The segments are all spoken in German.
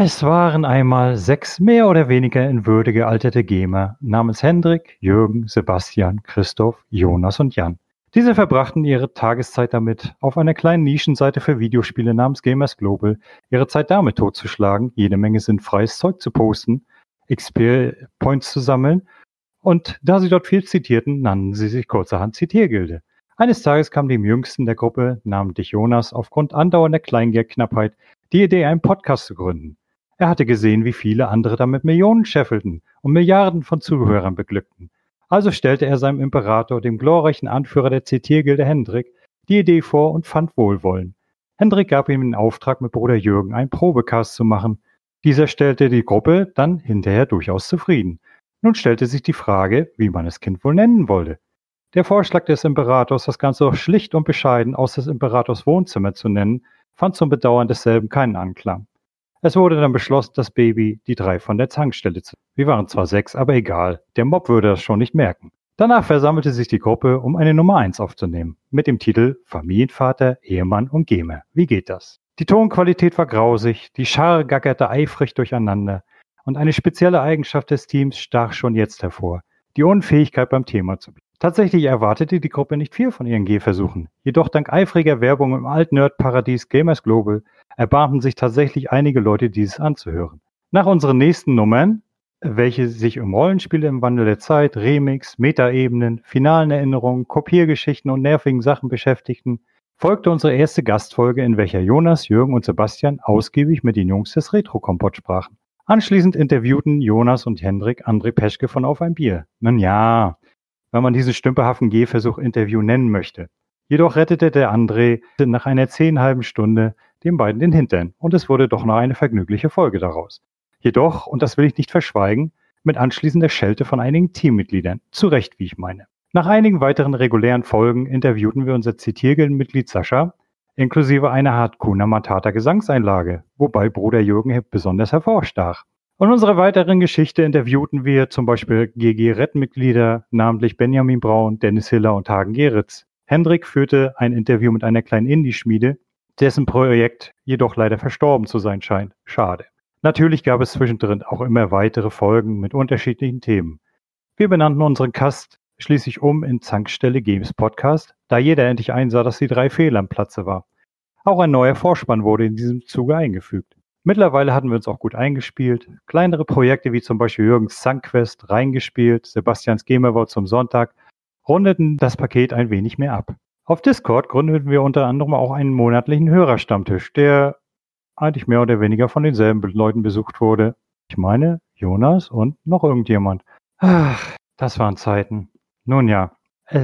Es waren einmal 6 mehr oder weniger in Würde gealterte Gamer namens Hendrik, Jürgen, Sebastian, Christoph, Jonas und Jan. Diese verbrachten ihre Tageszeit damit, auf einer kleinen Nischenseite für Videospiele namens Gamers Global ihre Zeit damit totzuschlagen, jede Menge sinnfreies Zeug zu posten, XP-Points zu sammeln und da sie dort viel zitierten, nannten sie sich kurzerhand Zitiergilde. Eines Tages kam dem Jüngsten der Gruppe, namentlich Jonas, aufgrund andauernder Kleingeldknappheit die Idee, einen Podcast zu gründen. Er hatte gesehen, wie viele andere damit Millionen scheffelten und Milliarden von Zuhörern beglückten. Also stellte er seinem Imperator, dem glorreichen Anführer der Zitiergilde Hendrik, die Idee vor und fand Wohlwollen. Hendrik gab ihm den Auftrag, mit Bruder Jürgen einen Probecast zu machen. Dieser stellte die Gruppe dann hinterher durchaus zufrieden. Nun stellte sich die Frage, wie man das Kind wohl nennen wollte. Der Vorschlag des Imperators, das Ganze doch schlicht und bescheiden aus des Imperators Wohnzimmer zu nennen, fand zum Bedauern desselben keinen Anklang. Es wurde dann beschlossen, das Baby die 3 von der Tankstelle zu. Wir waren zwar 6, aber egal, der Mob würde das schon nicht merken. Danach versammelte sich die Gruppe, um eine Nummer 1 aufzunehmen, mit dem Titel Familienvater, Ehemann und Gamer. Wie geht das? Die Tonqualität war grausig, die Schar gackerte eifrig durcheinander und eine spezielle Eigenschaft des Teams stach schon jetzt hervor, die Unfähigkeit beim Thema zu bleiben. Tatsächlich erwartete die Gruppe nicht viel von ihren Gehversuchen, jedoch dank eifriger Werbung im Alt-Nerd-Paradies Gamers Global erbarmten sich tatsächlich einige Leute, dieses anzuhören. Nach unseren nächsten Nummern, welche sich um Rollenspiele im Wandel der Zeit, Remix, Metaebenen, finalen Erinnerungen, Kopiergeschichten und nervigen Sachen beschäftigten, folgte unsere erste Gastfolge, in welcher Jonas, Jürgen und Sebastian ausgiebig mit den Jungs des Retro-Kompott sprachen. Anschließend interviewten Jonas und Hendrik André Peschke von Auf ein Bier. Nun ja, wenn man diesen stümperhaften Gehversuch Interview nennen möchte. Jedoch rettete der André nach einer 10 Stunde den beiden den Hintern und es wurde doch noch eine vergnügliche Folge daraus. Jedoch, und das will ich nicht verschweigen, mit anschließender Schelte von einigen Teammitgliedern. Zu Recht, wie ich meine. Nach einigen weiteren regulären Folgen interviewten wir unser Zitiergildenmitglied Sascha, inklusive einer Hakuna Matata Gesangseinlage, wobei Bruder Jürgen besonders hervorstach. In unserer weiteren Geschichte interviewten wir zum Beispiel GG-Red-Mitglieder, namentlich Benjamin Braun, Dennis Hiller und Hagen Geritz. Hendrik führte ein Interview mit einer kleinen Indie-Schmiede, dessen Projekt jedoch leider verstorben zu sein scheint. Schade. Natürlich gab es zwischendrin auch immer weitere Folgen mit unterschiedlichen Themen. Wir benannten unseren Cast schließlich um in Zankstelle Games Podcast, da jeder endlich einsah, dass die 3 Fehler am Platze war. Auch ein neuer Vorspann wurde in diesem Zuge eingefügt. Mittlerweile hatten wir uns auch gut eingespielt. Kleinere Projekte wie zum Beispiel Jürgens Zankquest reingespielt, Sebastians Gamerwort zum Sonntag rundeten das Paket ein wenig mehr ab. Auf Discord gründeten wir unter anderem auch einen monatlichen Hörerstammtisch, der eigentlich mehr oder weniger von denselben Leuten besucht wurde. Ich meine, Jonas und noch irgendjemand. Ach, das waren Zeiten. Nun ja,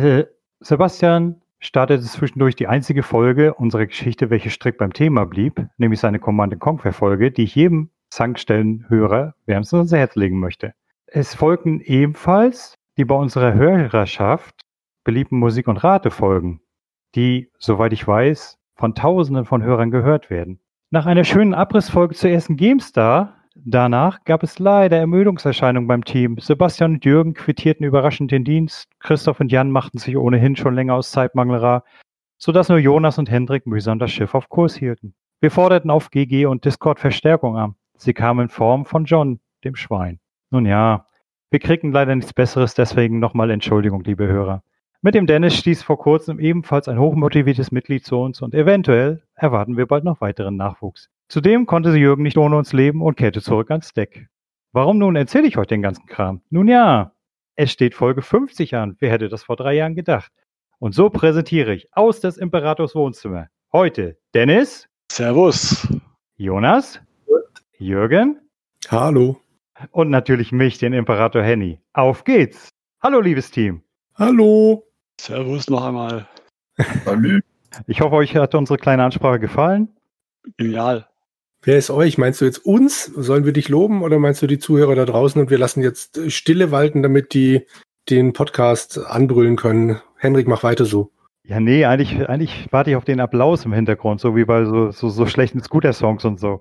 Sebastian startete zwischendurch die einzige Folge unserer Geschichte, welche strikt beim Thema blieb, nämlich seine Command & Conquer-Folge, die ich jedem Zankstellenhörer wärmstens ans Herz legen möchte. Es folgten ebenfalls die bei unserer Hörerschaft beliebten Musik- und Ratefolgen, die, soweit ich weiß, von Tausenden von Hörern gehört werden. Nach einer schönen Abrissfolge zur ersten GameStar danach gab es leider Ermüdungserscheinungen beim Team. Sebastian und Jürgen quittierten überraschend den Dienst, Christoph und Jan machten sich ohnehin schon länger aus Zeitmangel rar, sodass nur Jonas und Hendrik mühsam das Schiff auf Kurs hielten. Wir forderten auf GG und Discord Verstärkung an. Sie kamen in Form von John, dem Schwein. Nun ja, wir kriegten leider nichts Besseres, deswegen nochmal Entschuldigung, liebe Hörer. Mit dem Dennis stieß vor kurzem ebenfalls ein hochmotiviertes Mitglied zu uns und eventuell erwarten wir bald noch weiteren Nachwuchs. Zudem konnte Jürgen nicht ohne uns leben und kehrte zurück ans Deck. Warum nun erzähle ich euch den ganzen Kram? Nun ja, es steht Folge 50 an. Wer hätte das vor 3 Jahren gedacht? Und so präsentiere ich aus des Imperators Wohnzimmer heute Dennis. Servus. Jonas. Jürgen. Hallo. Und natürlich mich, den Imperator Henny. Auf geht's. Hallo, liebes Team. Hallo. Servus noch einmal. Hallo. Ich hoffe, euch hat unsere kleine Ansprache gefallen. Genial. Wer ist euch? Meinst du jetzt uns? Sollen wir dich loben oder meinst du die Zuhörer da draußen und wir lassen jetzt Stille walten, damit die den Podcast anbrüllen können? Henrik, mach weiter so. Ja, nee, eigentlich warte ich auf den Applaus im Hintergrund, so wie bei so schlechten Scooter-Songs und so.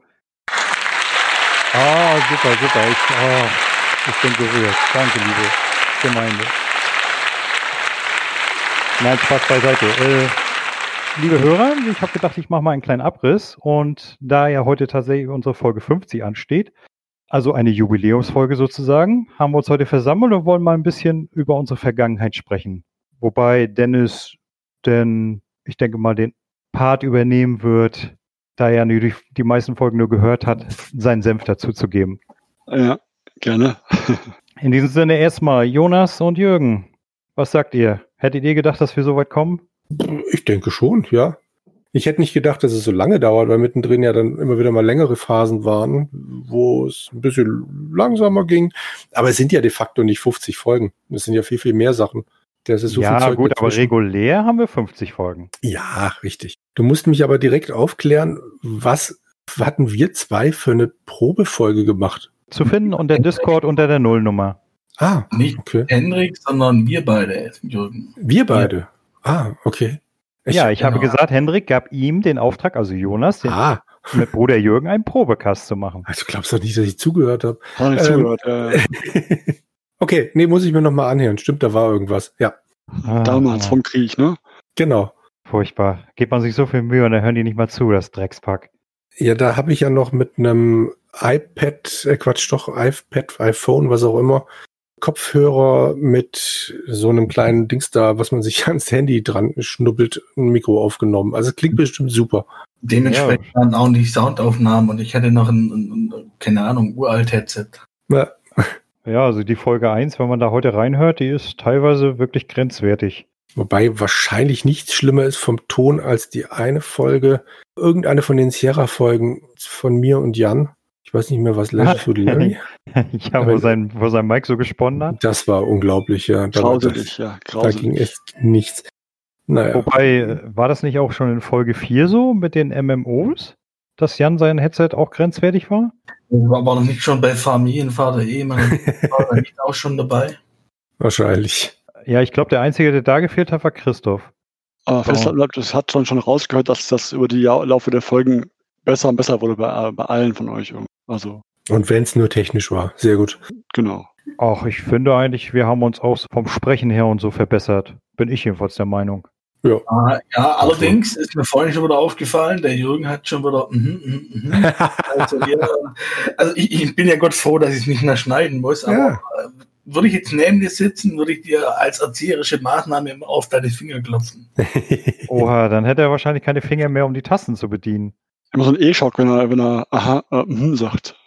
Ah, super. Ich bin gerührt. Danke, liebe Gemeinde. Nein, Spaß beiseite. liebe Hörer, ich habe gedacht, ich mache mal einen kleinen Abriss. Und da ja heute tatsächlich unsere Folge 50 ansteht, also eine Jubiläumsfolge sozusagen, haben wir uns heute versammelt und wollen mal ein bisschen über unsere Vergangenheit sprechen. Wobei Dennis denn, ich denke mal, den Part übernehmen wird, da er die meisten Folgen nur gehört hat, seinen Senf dazu zu geben. Ja, gerne. In diesem Sinne erstmal Jonas und Jürgen. Was sagt ihr? Hättet ihr gedacht, dass wir so weit kommen? Ich denke schon, ja. Ich hätte nicht gedacht, dass es so lange dauert, weil mittendrin ja dann immer wieder mal längere Phasen waren, wo es ein bisschen langsamer ging. Aber es sind ja de facto nicht 50 Folgen. Es sind ja viel, viel mehr Sachen. Das ist so ja, viel Zeug gut, dazwischen. aber regulär haben wir 50 Folgen. Ja, richtig. Du musst mich aber direkt aufklären, was hatten wir zwei für eine Probefolge gemacht? Zu finden unter Discord unter der Nullnummer. Ah, Nicht okay. Henrik, sondern wir beide, Jürgen. Wir beide? Ja. Ah, okay. Ja, ich habe gesagt, Hendrik gab ihm den Auftrag, also Jonas, mit Bruder Jürgen einen Probecast zu machen. Also glaubst du nicht, dass ich zugehört habe? Hat nicht zugehört. Okay, nee, muss ich mir nochmal anhören. Stimmt, da war irgendwas. Ja, Damals vom Krieg, ne? genau. Furchtbar. Gibt man sich so viel Mühe und dann hören die nicht mal zu, das Dreckspack. Ja, da habe ich ja noch mit einem iPad, iPhone, was auch immer, Kopfhörer mit so einem kleinen Dings da, was man sich ans Handy dran schnuppelt, ein Mikro aufgenommen. Also es klingt bestimmt super. Dementsprechend waren auch die Soundaufnahmen und ich hatte noch keine Ahnung, uralt Headset. Ja, also die Folge 1, wenn man da heute reinhört, die ist teilweise wirklich grenzwertig. Wobei wahrscheinlich nichts schlimmer ist vom Ton als die eine Folge, irgendeine von den Sierra-Folgen von mir und Jan. Ich weiß nicht mehr, was Leisure to Larry. Ja, wo sein Mic so gesponnen hat. Das war unglaublich, ja. Grauselig, Da grauselig. ging echt nichts. Naja. Wobei, war das nicht auch schon in Folge 4 so mit den MMOs, dass Jan sein Headset auch grenzwertig war? War noch nicht schon bei Familienvater Ehemann, war da nicht auch schon dabei? Wahrscheinlich. Ja, ich glaube, der Einzige, der da gefehlt hat, war Christoph. Aber das hat schon rausgehört, dass das über die Laufe der Folgen besser und besser wurde bei allen von euch. Also. Und wenn es nur technisch war. Sehr gut. Genau. Ach, ich finde eigentlich, wir haben uns auch vom Sprechen her und so verbessert. Bin ich jedenfalls der Meinung. Ja. Ja, allerdings ist mir vorhin schon wieder aufgefallen, der Jürgen hat schon wieder Also ich bin ja Gott froh, dass ich es nicht mehr schneiden muss, aber würde ich jetzt neben dir sitzen, würde ich dir als erzieherische Maßnahme immer auf deine Finger klopfen. Oha, dann hätte er wahrscheinlich keine Finger mehr, um die Tasten zu bedienen. Immer so ein E-Schock, wenn er sagt.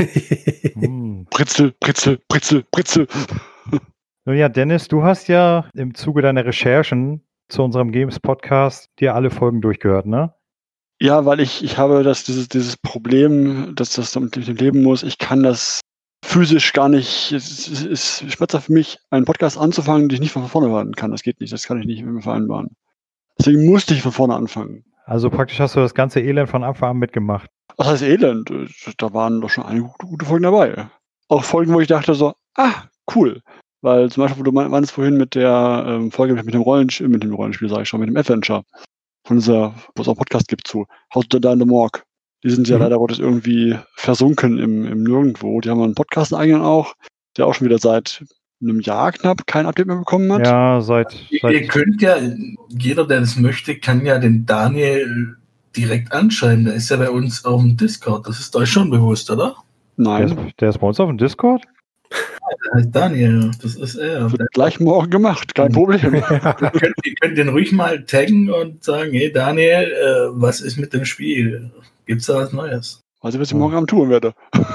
Britzel, Britzel, Britzel, Britzel. Nun ja, Dennis, du hast ja im Zuge deiner Recherchen zu unserem Games-Podcast dir alle Folgen durchgehört, ne? Ja, weil ich habe dieses Problem, dass das damit leben muss. Ich kann das physisch gar nicht. Es ist schmerzhaft für mich, einen Podcast anzufangen, den ich nicht von vorne warten kann. Das geht nicht, das kann ich nicht mit mir vereinbaren. Deswegen musste ich von vorne anfangen. Also praktisch hast du das ganze Elend von Anfang an mitgemacht. Was heißt Elend? Da waren doch schon einige gute Folgen dabei. Auch Folgen, wo ich dachte so, cool. Weil zum Beispiel, du meinst vorhin mit der Folge mit dem Rollenspiel, sage ich schon, mit dem Adventure. Von dieser, wo es auch einen Podcast gibt zu House of the Dine Morgue. Die sind ja leider Gottes irgendwie versunken im Nirgendwo. Die haben einen Podcast eigenen auch, der auch schon wieder seit einem Jahr knapp kein Update mehr bekommen hat. Ja, seit Ihr könnt ja, jeder, der das möchte, kann ja den Daniel direkt anschreiben. Der ist ja bei uns auf dem Discord. Das ist euch schon bewusst, oder? Nein. Der ist bei uns auf dem Discord? Der heißt Daniel, das ist er. Wird gleich morgen gemacht, kein Problem. Ihr könnt den ruhig mal taggen und sagen, hey Daniel, was ist mit dem Spiel? Gibt's da was Neues? Weiß ich, was ich morgen Abend tun werde.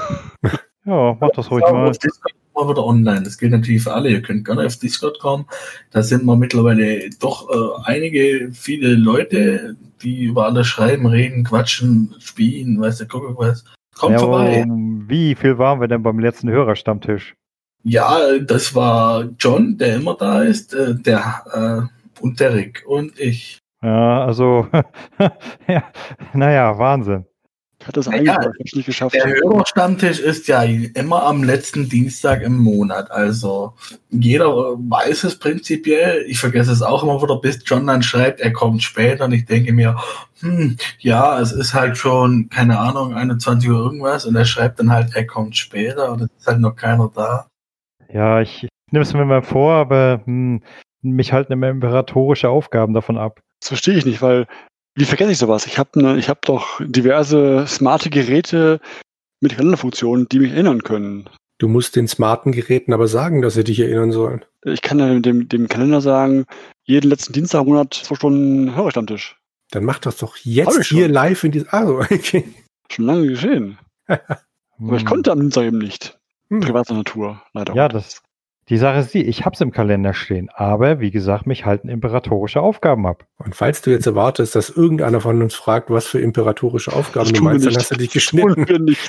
Ja, mach das ruhig mal. Auf Discord mal wieder online. Das gilt natürlich für alle. Ihr könnt gerne auf Discord kommen. Da sind wir mittlerweile doch viele Leute, die über alles schreiben, reden, quatschen, spielen, weißt du, guck was. Kommt vorbei. Wie viel waren wir denn beim letzten Hörerstammtisch? Ja, das war John, der immer da ist, und der Rick und ich. Ja, also, ja, naja, Wahnsinn. Ich hatte das eigentlich nicht geschafft. Der Hörerstammtisch ist ja immer am letzten Dienstag im Monat. Also jeder weiß es prinzipiell. Ich vergesse es auch immer wieder, bis John dann schreibt, er kommt später. Und ich denke mir, ja, es ist halt schon, keine Ahnung, 21 Uhr irgendwas. Und er schreibt dann halt, er kommt später. Und es ist halt noch keiner da. Ja, ich nehme es mir mal vor, aber mich halten immer imperatorische Aufgaben davon ab. Das verstehe ich nicht, weil Wie vergesse ich sowas? Ich habe doch diverse smarte Geräte mit Kalenderfunktionen, die mich erinnern können. Du musst den smarten Geräten aber sagen, dass sie dich erinnern sollen. Ich kann dann dem Kalender sagen, jeden letzten Dienstag im Monat 2 Stunden Hörerstammtisch. Dann mach das doch Hab jetzt ich schon. hier live in diesem. Also, okay. Schon lange geschehen. Aber ich konnte am Dienstag eben nicht. Privater Natur, leider. Ja, die Sache ist die, ich hab's im Kalender stehen, aber wie gesagt, mich halten imperatorische Aufgaben ab. Und falls du jetzt erwartest, dass irgendeiner von uns fragt, was für imperatorische Aufgaben Das du tun wir meinst, dann nicht. hast du dich Das geschnitten. tun wir nicht.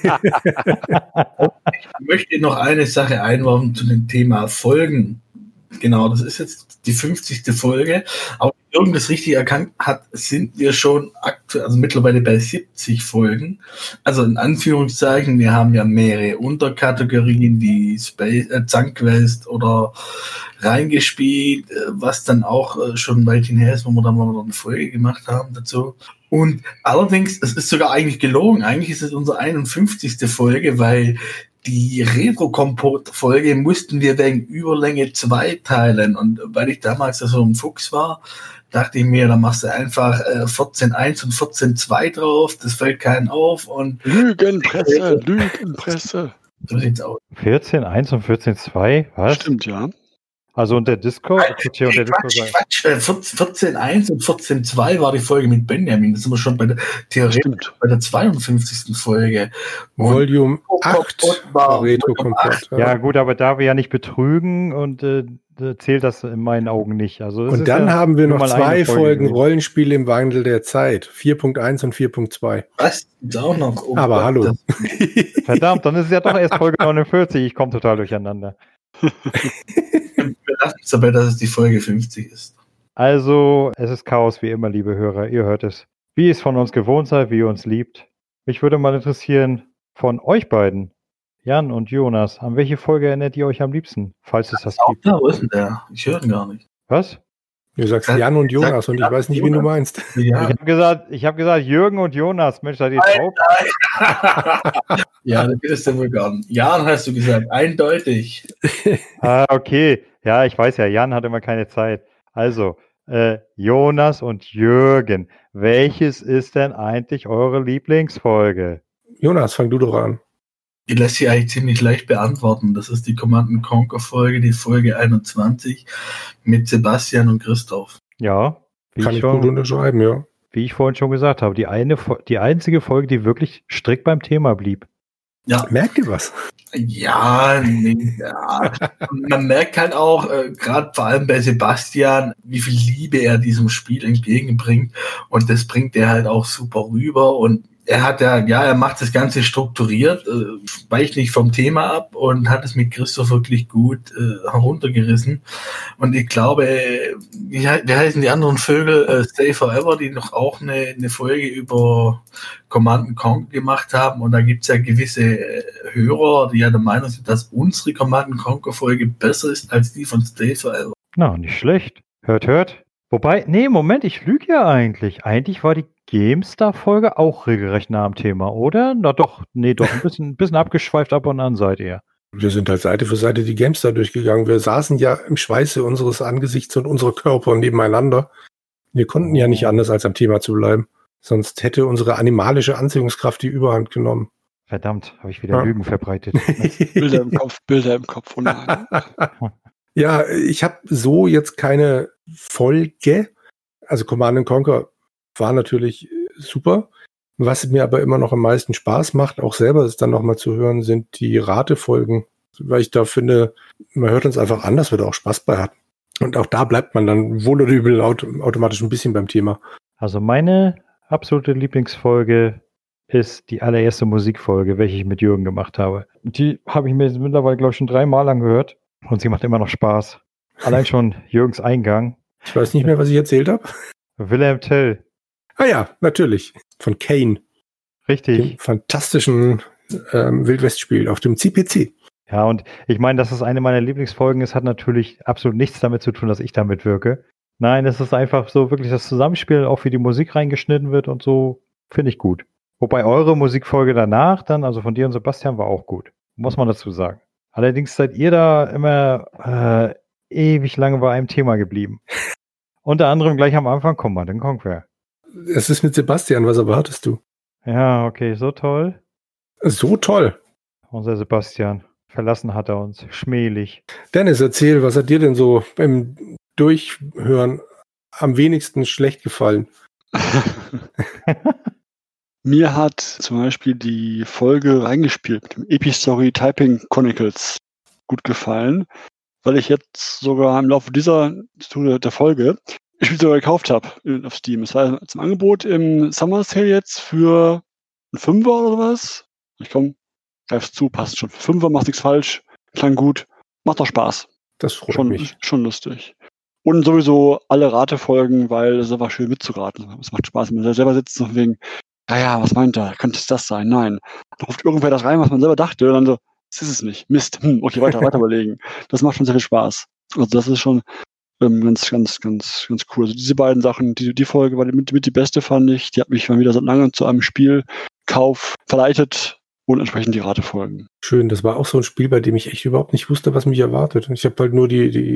Ich möchte noch eine Sache einwerfen zu dem Thema Folgen. Genau, das ist jetzt die 50. Folge. Aber wie Jürgen das richtig erkannt hat, sind wir schon aktuell, also mittlerweile bei 70 Folgen. Also in Anführungszeichen, wir haben ja mehrere Unterkategorien wie Zangquest oder reingespielt, was dann auch schon weit her ist, wo wir dann mal eine Folge gemacht haben dazu. Und allerdings, es ist sogar eigentlich gelogen. Eigentlich ist es unsere 51. Folge, weil die Retro-Kompott-Folge mussten wir wegen Überlänge zweiteilen. Und weil ich damals so ein Fuchs war, dachte ich mir, da machst du einfach 14.1 und 14.2 drauf. Das fällt keinen auf. Und Lügenpresse, Lügenpresse. so sieht's aus. 14.1 und 14.2, was? Stimmt, ja. Also unter Discord? Quatsch, 14.1 und 14.2 war die Folge mit Benjamin. Das sind wir schon bei der Stimmt. bei der 52. Folge. Und Volume 8 war Retro-Kompott. Ja gut, aber da wir ja nicht betrügen und zählt das in meinen Augen nicht. Also das Und ist dann ja haben wir nur noch mal eine 2 Folge Folgen gewesen. Rollenspiele im Wandel der Zeit. 4.1 und 4.2. Was? Gibt's auch noch? Oh Aber Gott, hallo. Verdammt, dann ist es ja doch erst Folge 49. Ich komme total durcheinander. Wir lassen es dabei, dass es die Folge 50 ist. Also, es ist Chaos wie immer, liebe Hörer. Ihr hört es. Wie ihr es von uns gewohnt seid, wie ihr uns liebt. Mich würde mal interessieren, von euch beiden, Jan und Jonas, an welche Folge erinnert ihr euch am liebsten, falls es das gibt? Ja, wo ist denn der? Ich höre ihn gar nicht. Was? Du sagst Jan und Jonas und ich weiß nicht, wen du meinst. Ja, Ich habe gesagt Jürgen und Jonas. Mensch, seid ihr taub? ja, das ist ja wohl gar nicht. Jan hast du gesagt, eindeutig. Ah, okay. Ja, ich weiß ja, Jan hat immer keine Zeit. Also, Jonas und Jürgen, welches ist denn eigentlich eure Lieblingsfolge? Jonas, fang du doch an. Die lässt sich eigentlich ziemlich leicht beantworten. Das ist die Command & Conquer Folge, die Folge 21 mit Sebastian und Christoph. Ja, Kann ich gut unterschreiben, ja. wie ich vorhin schon gesagt habe, die einzige Folge, die wirklich strikt beim Thema blieb. Ja, Merkt ihr was? ja, nee, ja. Man merkt halt auch, gerade vor allem bei Sebastian, wie viel Liebe er diesem Spiel entgegenbringt. Und das bringt er halt auch super rüber. Und er hat er macht das Ganze strukturiert, weicht nicht vom Thema ab und hat es mit Christoph wirklich gut heruntergerissen. Und ich glaube, wie heißen die anderen Vögel? Stay Forever, die noch auch eine Folge über Command & Conquer gemacht haben. Und da gibt's ja gewisse Hörer, die ja der Meinung sind, dass unsere Command & Conquer Folge besser ist als die von Stay Forever. Na, nicht schlecht. Hört. Wobei, nee, Moment, ich lüge ja eigentlich. Eigentlich war die GameStar-Folge auch regelrecht nah am Thema, oder? Na doch, nee, doch, ein bisschen abgeschweift ab und an seid ihr. Wir sind halt Seite für Seite die GameStar durchgegangen. Wir saßen ja im Schweiße unseres Angesichts und unserer Körper nebeneinander. Wir konnten ja nicht anders, als am Thema zu bleiben. Sonst hätte unsere animalische Anziehungskraft die Überhand genommen. Verdammt, habe ich wieder Lügen verbreitet. Bilder im Kopf. Oh nein. Ja, ich habe so jetzt keine Folge. Also Command & Conquer war natürlich super. Was mir aber immer noch am meisten Spaß macht, auch selber es dann nochmal zu hören, sind die Ratefolgen. Weil ich da finde, man hört uns einfach an, dass wir da auch Spaß bei hatten. Und auch da bleibt man dann wohl oder übel automatisch ein bisschen beim Thema. Also meine absolute Lieblingsfolge ist die allererste Musikfolge, welche ich mit Jürgen gemacht habe. Die habe ich mir jetzt mittlerweile, glaube ich, schon 3-mal angehört. Und sie macht immer noch Spaß. Allein schon Jürgens Eingang. Ich weiß nicht mehr, was ich erzählt habe. Wilhelm Tell. Ah ja, natürlich. Von Kane. Richtig. Dem fantastischen Wildwest-Spiel auf dem CPC. Ja, und ich meine, dass es eine meiner Lieblingsfolgen ist, hat natürlich absolut nichts damit zu tun, dass ich da mitwirke. Nein, es ist einfach so wirklich das Zusammenspiel, auch wie die Musik reingeschnitten wird und so, finde ich gut. Wobei eure Musikfolge danach dann, also von dir und Sebastian, war auch gut. Muss man dazu sagen. Allerdings seid ihr da immer ewig lange bei einem Thema geblieben. Unter anderem gleich am Anfang Command & Conquer. es ist mit Sebastian, was erwartest du? Ja, okay, so toll. So toll. Unser Sebastian. Verlassen hat er uns. Schmählich. Dennis, erzähl, was hat dir denn so beim Durchhören am wenigsten schlecht gefallen? Mir hat zum Beispiel die Folge reingespielt mit dem Epistory Typing Chronicles gut gefallen, weil ich jetzt sogar im Laufe der Folge das Spiel sogar gekauft habe auf Steam. Es war zum Angebot im Summer Sale jetzt für einen Fünfer oder was. Ich komm, greif's zu, passt schon. Für Fünfer, machst nichts falsch, klang gut, macht doch Spaß. Das freut mich. Schon lustig. Und sowieso alle Ratefolgen, weil es einfach schön mitzuraten. Es macht Spaß, wenn man selber sitzt und wegen, was meint er? Könnte es das sein? Nein. Dann ruft irgendwer das rein, was man selber dachte, und dann so, das ist es nicht. Mist. Okay, weiter überlegen. Das macht schon sehr viel Spaß. Also das ist schon ganz cool. Also diese beiden Sachen, die Folge war mit die beste, fand ich. Die hat mich mal wieder seit langem zu einem Spielkauf verleitet und entsprechend die Ratefolgen. Schön, das war auch so ein Spiel, bei dem ich echt überhaupt nicht wusste, was mich erwartet. Und ich habe halt nur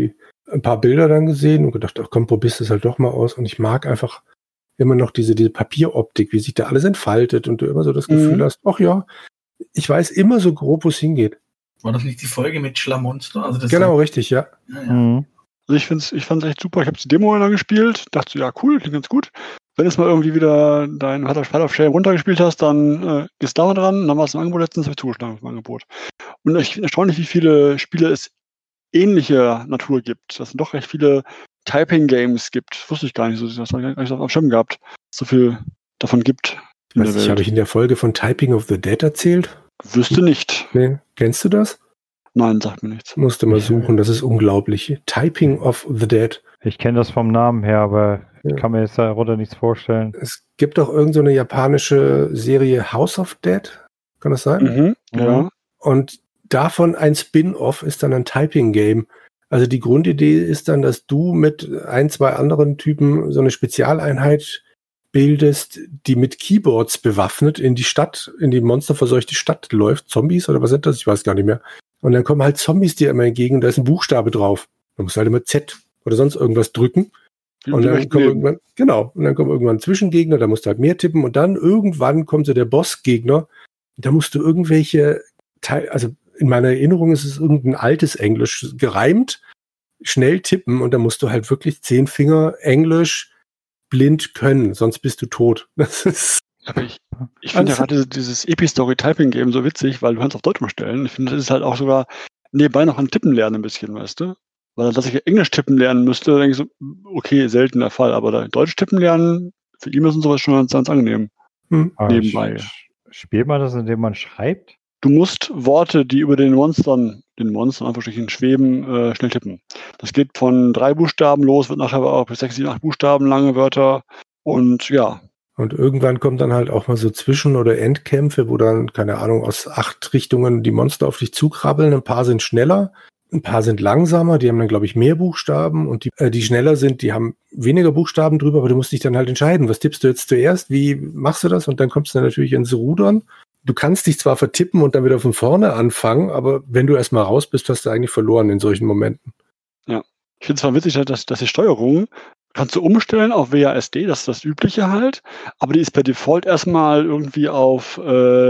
ein paar Bilder dann gesehen und gedacht, ach komm, probierst es halt doch mal aus. Und ich mag einfach immer noch diese Papieroptik, wie sich da alles entfaltet und du immer so das Gefühl hast, ach ja, ich weiß immer so grob, wo es hingeht. War das nicht die Folge mit Schlamonster? Also das genau, richtig, ja. Mhm. Also ich fand es echt super. Ich habe die Demo dann gespielt, dachte so, ja cool, klingt ganz gut. Wenn du es mal irgendwie wieder dein Heart of Shame runtergespielt hast, dann ist da mal dran. Dann war es im Angebot letztens, habe ich zugeschlagen im Angebot. Und ich finde erstaunlich, wie viele Spiele es ähnlicher Natur gibt. Dass es doch recht viele Typing-Games gibt. Das wusste ich gar nicht so. Das habe ich gar nicht auf dem Schirm gehabt. So viel davon gibt. Habe ich in der Folge von Typing of the Dead erzählt? Wüsste nicht. Nee. Kennst du das? Nein, sagt mir nichts. Musste mal suchen, das ist unglaublich. Typing of the Dead. Ich kenne das vom Namen her, aber ich kann mir jetzt darunter nichts vorstellen. Es gibt auch irgend so eine japanische Serie House of Dead. Kann das sein? Ja. Und davon ein Spin-off ist dann ein Typing-Game. Also die Grundidee ist dann, dass du mit 1, 2 anderen Typen so eine Spezialeinheit bildest, die mit Keyboards bewaffnet in die monsterverseuchte Stadt läuft. Zombies oder was sind das? Ich weiß gar nicht mehr. Und dann kommen halt Zombies dir immer entgegen und da ist ein Buchstabe drauf. Da musst du halt immer Z oder sonst irgendwas drücken. Und dann kommen irgendwann Zwischengegner, da musst du halt mehr tippen und dann irgendwann kommt so der Bossgegner. Da musst du irgendwelche also in meiner Erinnerung ist es irgendein altes Englisch gereimt, schnell tippen und dann musst du halt wirklich 10 Finger Englisch blind können, sonst bist du tot. Das ist aber ich finde ja gerade dieses Epistory-Typing-Game so witzig, weil du kannst auf Deutsch umstellen. Ich finde, das ist halt auch sogar nebenbei noch ein Tippen lernen ein bisschen, weißt du? Weil, dass ich Englisch tippen lernen müsste, denke ich so, okay, seltener Fall, aber da Deutsch tippen lernen, für E-Mails und sowas schon ganz angenehm. Nebenbei. Spielt man das, indem man schreibt? Du musst Worte, die über den Monstern einfach schweben, schnell tippen. Das geht von 3 Buchstaben los, wird nachher aber auch bis 6, 7, 8 Buchstaben lange Wörter und ja. Und irgendwann kommt dann halt auch mal so Zwischen- oder Endkämpfe, wo dann, keine Ahnung, aus 8 Richtungen die Monster auf dich zukrabbeln. Ein paar sind schneller, ein paar sind langsamer, die haben dann, glaube ich, mehr Buchstaben und die schneller sind, die haben weniger Buchstaben drüber, aber du musst dich dann halt entscheiden, was tippst du jetzt zuerst, wie machst du das? Und dann kommst du dann natürlich ins Rudern. Du kannst dich zwar vertippen und dann wieder von vorne anfangen, aber wenn du erstmal raus bist, hast du eigentlich verloren in solchen Momenten. Ja, ich finde es zwar witzig, dass die Steuerung kannst du umstellen auf WASD, das ist das Übliche halt, aber die ist per Default erstmal irgendwie auf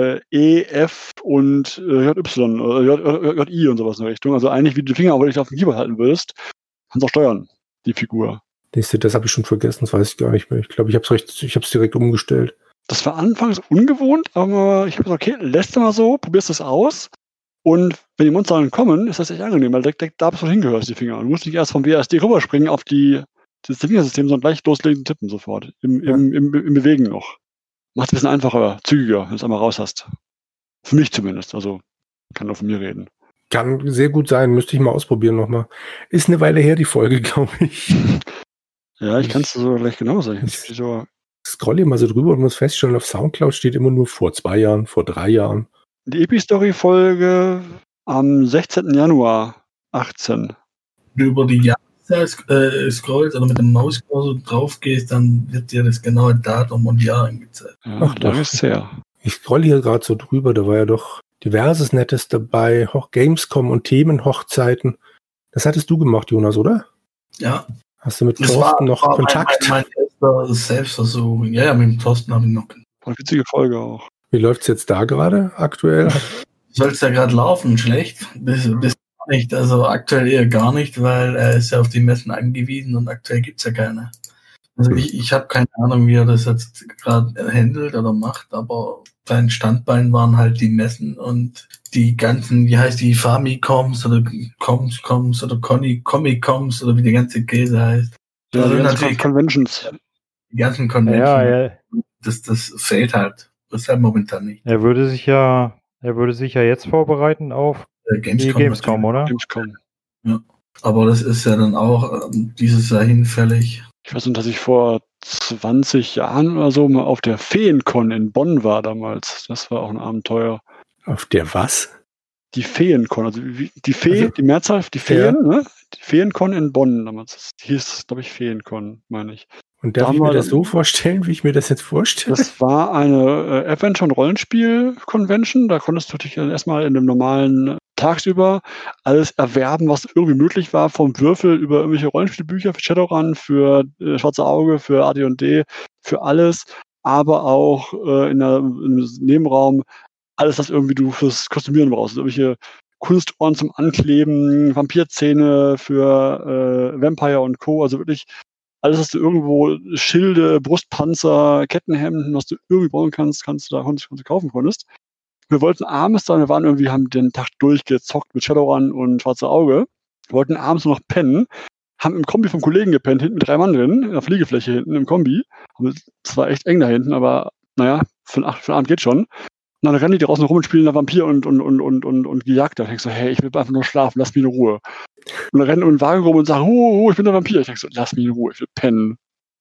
E, F und JY oder JI und sowas in der Richtung. Also eigentlich, wie du die Finger aber nicht auf dem Keyboard halten würdest, kannst du auch steuern, die Figur. Das habe ich schon vergessen, das weiß ich gar nicht mehr. Ich glaube, ich habe es direkt umgestellt. Das war anfangs ungewohnt, aber ich habe gesagt, okay, lässt du mal so, probierst das aus. Und wenn die Monster dann kommen, ist das echt angenehm, weil direkt da bist du hingehörst, die Finger. Du musst nicht erst vom WASD rüberspringen auf das Fingersystem, sondern gleich loslegen und tippen sofort. Im Bewegen noch. Macht es ein bisschen einfacher, zügiger, wenn du es einmal raus hast. Für mich zumindest, also kann nur von mir reden. Kann sehr gut sein, müsste ich mal ausprobieren nochmal. Ist eine Weile her, die Folge, glaube ich. Ja, ich kann es so gleich genau sagen. Ich scrolle hier mal so drüber und muss feststellen, auf Soundcloud steht immer nur vor 2 Jahren, vor 3 Jahren. Die Epistory-Folge am 16. Januar 18. Wenn du über die Jahreszahl scrollst oder mit dem Mauscursor drauf gehst, dann wird dir das genaue Datum und Jahr angezeigt. Ja, ach, da ist es her. Ich scrolle hier gerade so drüber, da war ja doch diverses Nettes dabei, Gamescom und Themenhochzeiten. Das hattest du gemacht, Jonas, oder? Ja. Hast du mit Thorsten noch Kontakt? Mein Selbstversuch. Ja, mit dem Thorsten habe ich noch. War eine witzige Folge auch. Wie läuft's jetzt da gerade aktuell? Soll es ja gerade laufen, schlecht? Bis nicht, also aktuell eher gar nicht, weil er ist ja auf die Messen angewiesen und aktuell gibt's ja keine. Also ich habe keine Ahnung, wie er das jetzt gerade handelt oder macht, aber sein Standbein waren halt die Messen und die ganzen, wie heißt die, Famicoms oder Coms oder Comic-Coms oder wie der ganze Käse heißt. Ja, Also die ganzen natürlich Conventions. die ganzen Conventions. Ja, Das fehlt halt. Das ist halt momentan nicht. er würde sich ja jetzt vorbereiten auf die Gamescom, oder? Gamescom. Ja. Aber das ist ja dann auch dieses Jahr hinfällig. Ich weiß nicht, dass ich vor 20 Jahren oder so mal auf der Feencon in Bonn war damals. Das war auch ein Abenteuer. Auf der was? Die Feencon, also die Fee, die Mehrzahl, die Feen, ne? Die Feencon in Bonn damals. Das hieß, glaube ich, Feencon, meine ich. Und darf ich mir das so vorstellen, wie ich mir das jetzt vorstelle? Das war eine Adventure- und Rollenspiel-Convention. Da konntest du natürlich erstmal in dem normalen tagsüber alles erwerben, was irgendwie möglich war, vom Würfel über irgendwelche Rollenspielbücher für Shadowrun, für Schwarze Auge, für AD&D, für alles, aber auch in einem Nebenraum alles, was irgendwie du fürs Kostümieren brauchst. Irgendwelche Kunstohren zum Ankleben, Vampirzähne für Vampire und Co. Also wirklich alles, was du irgendwo, Schilde, Brustpanzer, Kettenhemden, was du irgendwie bauen kannst, kannst du kaufen konntest. Wir wollten abends dann, haben den Tag durchgezockt mit Shadowrun und Schwarze Auge. Wir wollten abends noch pennen, haben im Kombi vom Kollegen gepennt, hinten mit 3 Mann drin, in der Fliegefläche hinten im Kombi. Es war echt eng da hinten, aber naja, für den Abend geht schon. Und dann rennen die draußen rum und spielen da Vampir und Gejagter. Ich denke so, hey, ich will einfach nur schlafen, lass mich in Ruhe. Und dann rennen um den Wagen rum und sagen, ich bin der Vampir. Ich denke so, lass mich in Ruhe, ich will pennen.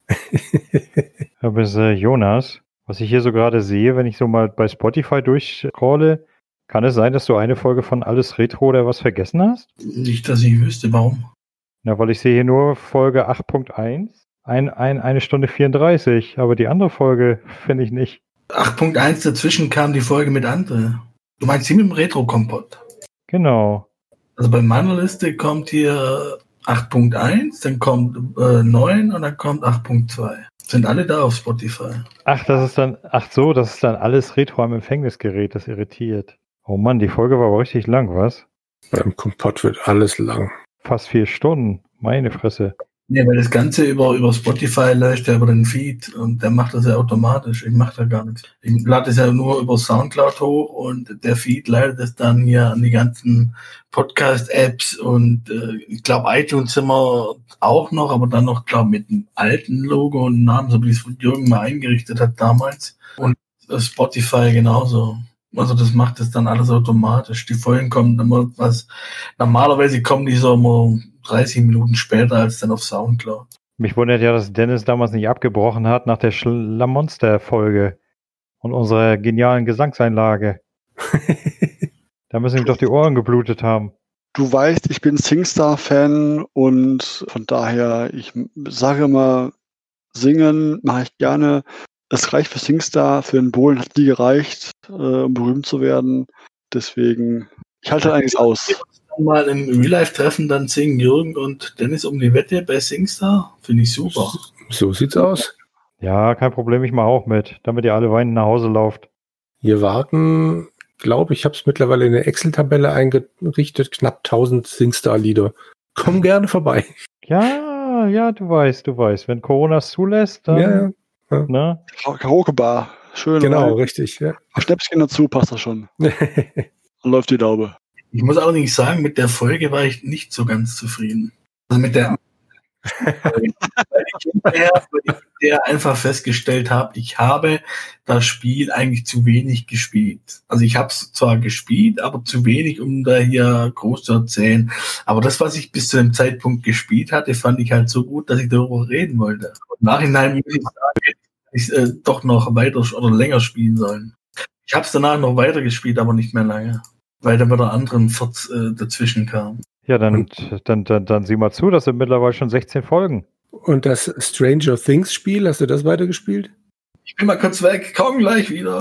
Aber Jonas, was ich hier so gerade sehe, wenn ich so mal bei Spotify durchscrolle, kann es sein, dass du eine Folge von Alles Retro oder was vergessen hast? Nicht, dass ich wüsste, warum. Na, weil ich sehe hier nur Folge 8.1, 1 Stunde 34, aber die andere Folge finde ich nicht. 8.1 dazwischen kam die Folge mit André. Du meinst die mit dem Retro-Kompott? Genau. Also bei meiner Liste kommt hier 8.1, dann kommt 9 und dann kommt 8.2. Sind alle da auf Spotify. Das ist dann alles Retro am Empfängnisgerät, das irritiert. Oh Mann, die Folge war aber richtig lang, was? Beim Kompott wird alles lang. Fast 4 Stunden, meine Fresse. Ja, weil das Ganze über Spotify läuft ja über den Feed und der macht das ja automatisch. Ich mache da gar nichts. Ich lade es ja nur über Soundcloud hoch und der Feed leitet es dann hier an die ganzen Podcast-Apps und ich glaube iTunes sind wir auch noch, aber dann noch, glaube mit einem alten Logo und Namen, so wie es Jürgen mal eingerichtet hat damals. Und Spotify genauso. Also das macht es dann alles automatisch. Die Folgen kommen immer normalerweise kommen die so immer 30 Minuten später als dann auf Soundcloud. Mich wundert ja, dass Dennis damals nicht abgebrochen hat nach der Schlamonster-Folge und unserer genialen Gesangseinlage. Da müssen ihm doch die Ohren geblutet haben. Du weißt, ich bin SingStar-Fan und von daher, ich sage immer, singen mache ich gerne. Es reicht für SingStar, für den Bohlen hat nie gereicht, um berühmt zu werden. Deswegen, ich halte einiges aus. Mal im Real-Life-Treffen dann singen Jürgen und Dennis um die Wette bei SingStar. Finde ich super. So sieht's aus. Ja, kein Problem, ich mache auch mit, damit ihr alle weinend nach Hause lauft. Hier warten, glaube ich, habe es mittlerweile in der Excel-Tabelle eingerichtet, knapp 1000 SingStar-Lieder. Komm gerne vorbei. Ja, du weißt, wenn Corona es zulässt, dann... Ja. Ne? Karaoke-Bar, schön. Genau, rein. richtig. Ja. Schnäpschen dazu, passt das schon. Dann läuft die Daube. Ich muss allerdings sagen, mit der Folge war ich nicht so ganz zufrieden. Also mit der, weil ich einfach festgestellt habe, ich habe das Spiel eigentlich zu wenig gespielt. Also ich habe es zwar gespielt, aber zu wenig, um da hier groß zu erzählen. Aber das, was ich bis zu dem Zeitpunkt gespielt hatte, fand ich halt so gut, dass ich darüber reden wollte. Im Nachhinein muss ich sagen, hätte ich doch noch weiter oder länger spielen sollen. Ich habe es danach noch weiter gespielt, aber nicht mehr lange. Weil dann wieder anderen Furz dazwischen kam. Ja, dann sieh mal zu, das sind mittlerweile schon 16 Folgen. Und das Stranger Things Spiel, hast du das weitergespielt? Ich bin mal kurz weg, komm gleich wieder.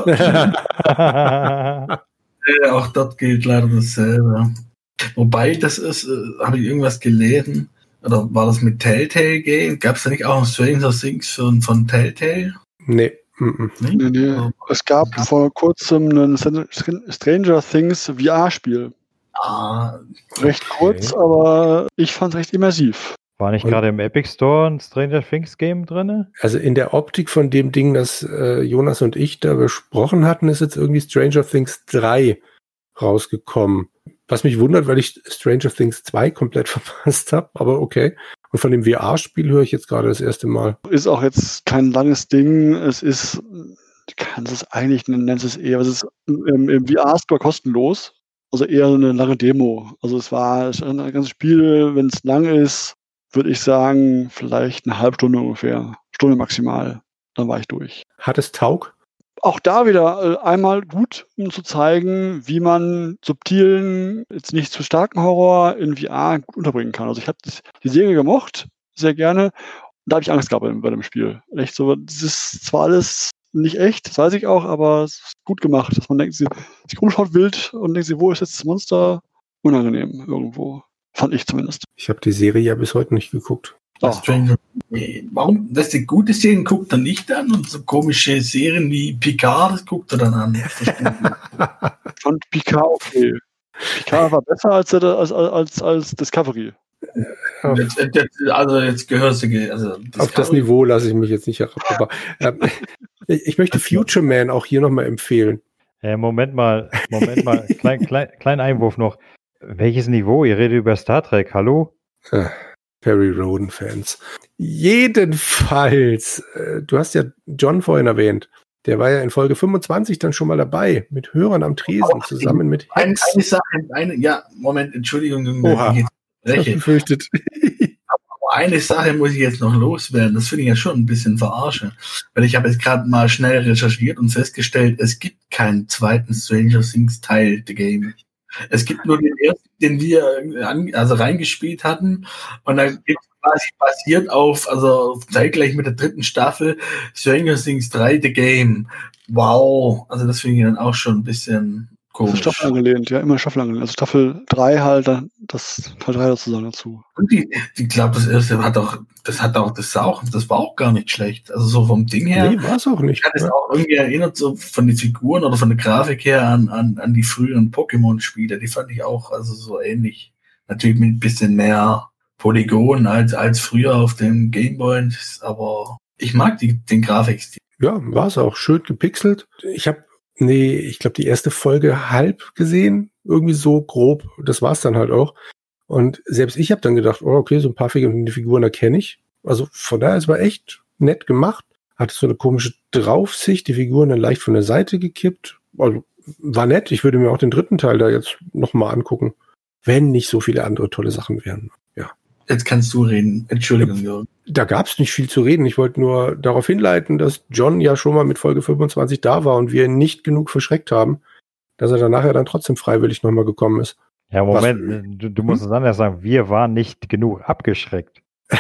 Auch dort gilt leider dasselbe. Wobei, das ist, habe ich irgendwas gelesen, Oder war das mit Telltale Game? Gab es da nicht auch ein Stranger Things von Telltale? Nee. Nee. Es gab vor kurzem ein Stranger Things VR-Spiel. Recht kurz, aber ich fand es recht immersiv. War nicht gerade im Epic Store ein Stranger Things Game drin? Also in der Optik von dem Ding, das Jonas und ich da besprochen hatten, ist jetzt irgendwie Stranger Things 3 rausgekommen. Was mich wundert, weil ich Stranger Things 2 komplett verpasst habe, aber okay. Und von dem VR-Spiel höre ich jetzt gerade das erste Mal. Ist auch jetzt kein langes Ding. Es ist, du kannst es eigentlich nennen, es ist eher, es ist im VR-Store kostenlos. Also eher eine lange Demo. Also es war ein ganzes Spiel, wenn es lang ist, würde ich sagen, vielleicht eine halbe Stunde ungefähr. Stunde maximal. Dann war ich durch. Hat es Taug? Auch da wieder einmal gut, um zu zeigen, wie man subtilen, jetzt nicht zu starken Horror in VR gut unterbringen kann. Also ich habe die Serie gemocht, sehr gerne. Und da habe ich Angst gehabt bei dem Spiel. Echt so, das ist zwar alles nicht echt, das weiß ich auch, aber es ist gut gemacht, dass man denkt, sie sich umschaut wild und denkt sich, wo ist jetzt das Monster? Unangenehm irgendwo. Fand ich zumindest. Ich habe die Serie ja bis heute nicht geguckt. Warum? Dass die gute Serien guckt er nicht an und so komische Serien wie Picard, das guckt er dann an. Ich fand Picard okay. Picard war besser als Discovery. Jetzt gehörst du. Also auf das Niveau lasse ich mich jetzt nicht herab. Aber ich möchte Future Man auch hier nochmal empfehlen. Moment mal. Kleinen Einwurf noch. Welches Niveau? Ihr redet über Star Trek, hallo? Perry Roden-Fans. Jedenfalls, du hast ja John vorhin erwähnt. Der war ja in Folge 25 dann schon mal dabei, mit Hörern am Tresen, zusammen mit Hex. Entschuldigung. Oha, ich hab befürchtet. Aber eine Sache muss ich jetzt noch loswerden. Das finde ich ja schon ein bisschen verarsche. Weil ich habe jetzt gerade mal schnell recherchiert und festgestellt, es gibt keinen zweiten Stranger Things Teil The Game. Es gibt nur den ersten, den wir reingespielt hatten. Und dann gibt es quasi basiert auf, also zeitgleich mit der 3. Staffel, Stranger Things 3 The Game. Wow. Also das finde ich dann auch schon ein bisschen komisch. Staffel angelehnt, ja, immer Staffel angelehnt. Also Staffel 3 halt, das Teil 3 sozusagen dazu. Und ich glaube, das erste das war auch gar nicht schlecht. Also so vom Ding her. Nee, war es auch nicht. Ich hatte es auch irgendwie erinnert, so von den Figuren oder von der Grafik her an die früheren Pokémon-Spiele. Die fand ich auch also so ähnlich. Natürlich mit ein bisschen mehr Polygon als früher auf dem Gameboy, aber ich mag den Grafikstil. Ja, war es auch. Schön gepixelt. Ich glaube, die erste Folge halb gesehen. Irgendwie so grob. Das war es dann halt auch. Und selbst ich habe dann gedacht, oh, okay, so ein paar Figuren erkenne ich. Also von daher, es war echt nett gemacht. Hatte so eine komische Draufsicht, die Figuren dann leicht von der Seite gekippt. Also war nett. Ich würde mir auch den 3. Teil da jetzt nochmal angucken. Wenn nicht so viele andere tolle Sachen wären. Ja. Jetzt kannst du reden. Entschuldigung, Jörg. Da gab es nicht viel zu reden. Ich wollte nur darauf hinleiten, dass John ja schon mal mit Folge 25 da war und wir ihn nicht genug verschreckt haben, dass er dann nachher dann trotzdem freiwillig nochmal gekommen ist. Ja, Moment, du musst es anders sagen. Wir waren nicht genug abgeschreckt.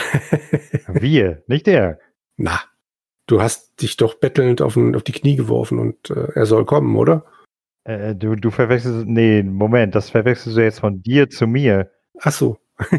Wir, nicht er. Na, du hast dich doch bettelnd auf die Knie geworfen und er soll kommen, oder? Du verwechselst, nee, Moment, das verwechselst du jetzt von dir zu mir. Ach so.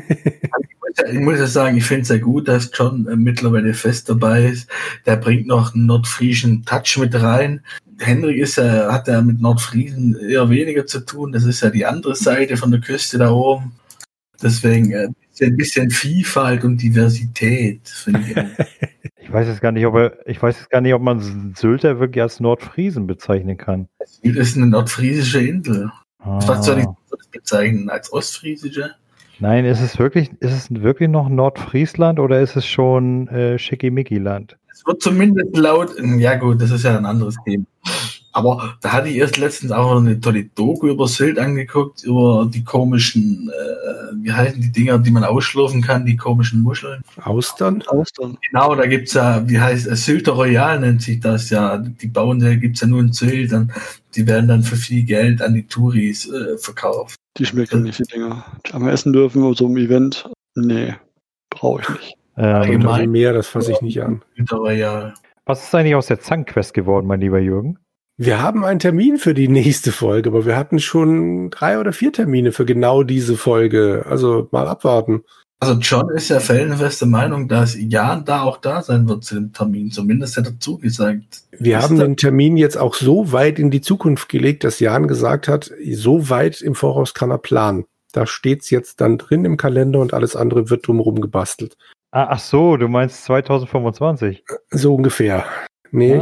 Ich muss ja sagen, ich finde es sehr gut, dass John mittlerweile fest dabei ist. Der bringt noch einen nordfriesischen Touch mit rein. Henrik hat ja mit Nordfriesen eher weniger zu tun. Das ist ja die andere Seite von der Küste da oben. Deswegen ein bisschen Vielfalt und Diversität, finde ich. Ich weiß jetzt gar nicht, ob man Sylter wirklich als Nordfriesen bezeichnen kann. Sylt ist eine nordfriesische Insel. Was soll ich das bezeichnen? Als ostfriesische? Nein, ist es wirklich noch Nordfriesland oder ist es schon Schickimicki-Land? Es wird zumindest laut, ja gut, das ist ja ein anderes Thema. Aber da hatte ich erst letztens auch eine tolle Doku über Sylt angeguckt, über die komischen, wie heißen die Dinger, die man ausschlürfen kann, die komischen Muscheln. Austern? Genau, da gibt's ja, wie heißt es, Sylter Royal nennt sich das ja. Die bauen, da gibt's ja nur in Sylt, die werden dann für viel Geld an die Touris verkauft. Die schmecken nicht, die Dinger. Die haben wir essen dürfen oder so einem Event. Nee, brauche ich nicht. Allgemein mehr, das fasse ich nicht an. Sylter Royal. Was ist eigentlich aus der Zangquest geworden, mein lieber Jürgen? Wir haben einen Termin für die nächste Folge, aber wir hatten schon 3 oder 4 Termine für genau diese Folge. Also mal abwarten. Also John ist ja felsenfeste Meinung, dass Jan da auch da sein wird zu dem Termin. Zumindest hat er zugesagt. Wir haben den Termin jetzt auch so weit in die Zukunft gelegt, dass Jan gesagt hat, so weit im Voraus kann er planen. Da steht's jetzt dann drin im Kalender und alles andere wird drumherum gebastelt. Ach so, du meinst 2025? So ungefähr. Nee,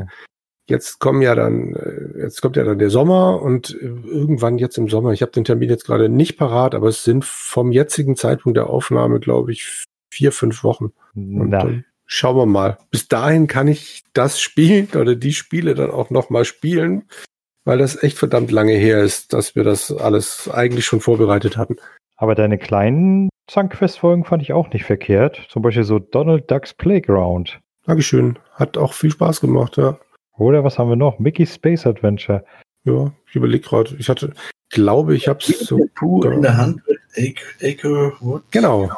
jetzt kommt ja dann der Sommer und irgendwann jetzt im Sommer, ich habe den Termin jetzt gerade nicht parat, aber es sind vom jetzigen Zeitpunkt der Aufnahme, glaube ich, 4-5 Wochen. Und dann schauen wir mal. Bis dahin kann ich das Spiel oder die Spiele dann auch nochmal spielen, weil das echt verdammt lange her ist, dass wir das alles eigentlich schon vorbereitet hatten. Aber deine kleinen Sunquest-Folgen fand ich auch nicht verkehrt. Zum Beispiel so Donald Ducks Playground. Dankeschön. Hat auch viel Spaß gemacht, ja. Oder was haben wir noch? Mickey's Space Adventure. Ja, ich überlege gerade. Ich habe es so in der Hand mit Akerwood. Genau.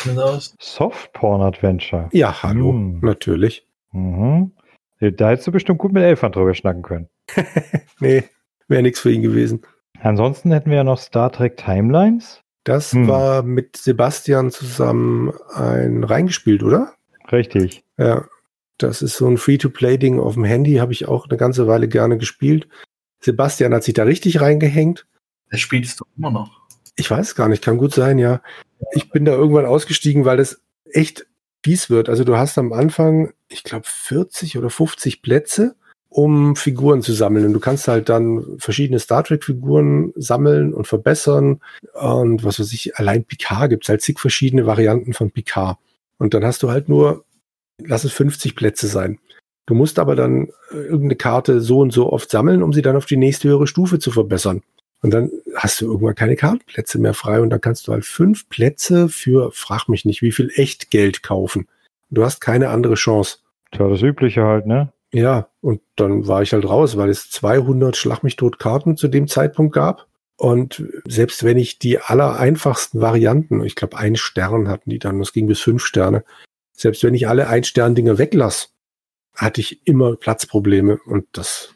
Softporn Adventure. Ja, hallo, natürlich. Mhm. Da hättest du bestimmt gut mit Elfern drüber schnacken können. Nee, wäre nichts für ihn gewesen. Ansonsten hätten wir ja noch Star Trek Timelines. Das war mit Sebastian zusammen reingespielt, oder? Richtig. Ja, das ist so ein Free-to-Play-Ding auf dem Handy, habe ich auch eine ganze Weile gerne gespielt. Sebastian hat sich da richtig reingehängt. Er spielt es doch immer noch. Ich weiß es gar nicht, kann gut sein, ja. Ich bin da irgendwann ausgestiegen, weil das echt fies wird. Also du hast am Anfang, ich glaube, 40 oder 50 Plätze, um Figuren zu sammeln. Und du kannst halt dann verschiedene Star Trek-Figuren sammeln und verbessern. Und was weiß ich, allein Picard gibt es halt zig verschiedene Varianten von Picard. Und dann hast du halt nur, lass es 50 Plätze sein. Du musst aber dann irgendeine Karte so und so oft sammeln, um sie dann auf die nächste höhere Stufe zu verbessern. Und dann hast du irgendwann keine Kartenplätze mehr frei und dann kannst du halt 5 Plätze für, frag mich nicht, wie viel Echtgeld kaufen. Du hast keine andere Chance. Tja, das Übliche halt, ne? Ja, und dann war ich halt raus, weil es 200 Schlag-mich-tot-Karten zu dem Zeitpunkt gab. Und selbst wenn ich die allereinfachsten Varianten, ich glaube 1 Stern hatten die dann, das ging bis 5 Sterne, selbst wenn ich alle 1-Stern-Dinge weglasse, hatte ich immer Platzprobleme und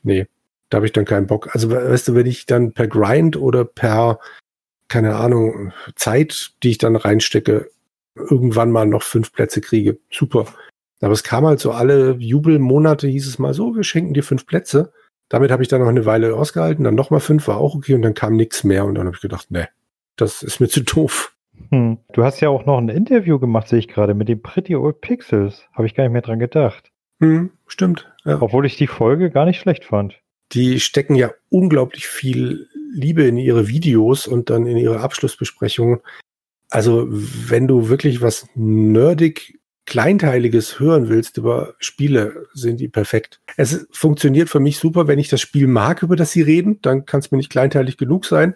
da habe ich dann keinen Bock. Also weißt du, wenn ich dann per Grind oder per, keine Ahnung, Zeit, die ich dann reinstecke, irgendwann mal noch 5 Plätze kriege, super. Aber es kam halt so alle Jubelmonate, hieß es mal so, wir schenken dir 5 Plätze. Damit habe ich dann noch eine Weile ausgehalten, dann nochmal 5, war auch okay und dann kam nichts mehr und dann habe ich gedacht, das ist mir zu doof. Du hast ja auch noch ein Interview gemacht, sehe ich gerade, mit den Pretty Old Pixels. Habe ich gar nicht mehr dran gedacht. Stimmt. Ja. Obwohl ich die Folge gar nicht schlecht fand. Die stecken ja unglaublich viel Liebe in ihre Videos und dann in ihre Abschlussbesprechungen. Also wenn du wirklich was nerdig Kleinteiliges hören willst über Spiele, sind die perfekt. Es funktioniert für mich super, wenn ich das Spiel mag, über das sie reden, dann kann es mir nicht kleinteilig genug sein.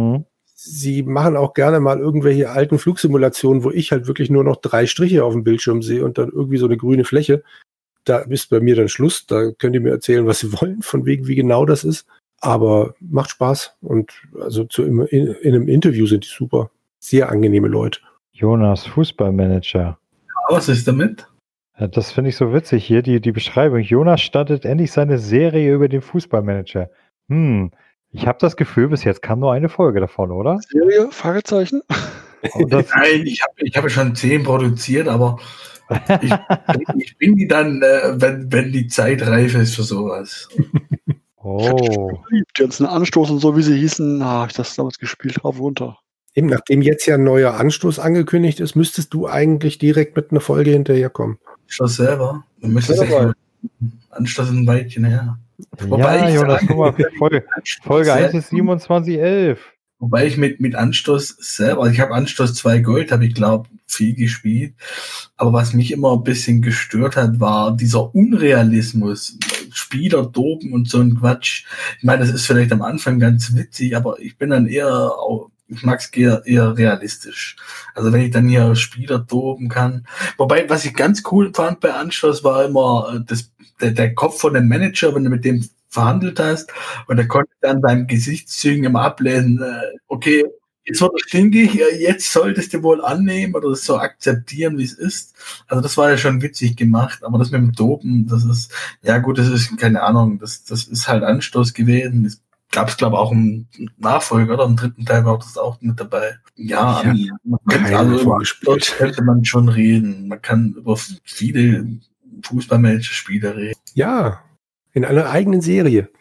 Sie machen auch gerne mal irgendwelche alten Flugsimulationen, wo ich halt wirklich nur noch 3 Striche auf dem Bildschirm sehe und dann irgendwie so eine grüne Fläche. Da ist bei mir dann Schluss. Da könnt ihr mir erzählen, was sie wollen, von wegen, wie genau das ist. Aber macht Spaß. Und also in einem Interview sind die super. Sehr angenehme Leute. Jonas, Fußballmanager. Was ist damit? Ja, das finde ich so witzig hier, die Beschreibung. Jonas startet endlich seine Serie über den Fußballmanager. Ich habe das Gefühl, bis jetzt kam nur eine Folge davon, oder? Serie? Fragezeichen? Nein, ich habe schon 10 produziert, aber ich bringe die dann, wenn die Zeit reif ist für sowas. Oh. Die ganzen Anstoß und so, wie sie hießen, ich das damals gespielt, rauf runter. Eben, nachdem jetzt ja ein neuer Anstoß angekündigt ist, müsstest du eigentlich direkt mit einer Folge hinterherkommen. Schon selber. Du müsstest Anstoß ein Weilchen her. Wobei Jonas, guck mal, Folge 1 ist 27.11. Wobei ich mit Anstoß selber, ich habe Anstoß 2 Gold, habe ich glaube viel gespielt, aber was mich immer ein bisschen gestört hat, war dieser Unrealismus, Spieler dopen und so ein Quatsch. Ich meine, das ist vielleicht am Anfang ganz witzig, aber ich bin dann ich mag es eher realistisch. Also wenn ich dann hier Spieler dopen kann. Wobei, was ich ganz cool fand bei Anstoß, war immer der Kopf von dem Manager, wenn du mit dem verhandelt hast und er konnte dann beim Gesichtszügen immer ablesen, okay, jetzt wird es stinkig, jetzt solltest du wohl annehmen oder das so akzeptieren, wie es ist. Also das war ja schon witzig gemacht, aber das mit dem Dopen, das ist, ja gut, das ist, keine Ahnung, das ist halt Anstoß gewesen. Es gab es, glaube ich, auch einen Nachfolger oder im dritten Teil war das auch mit dabei. Ja, man könnte, also über das könnte man schon reden. Man kann über viele Fußballmanager-Spiele reden. Ja, in einer eigenen Serie.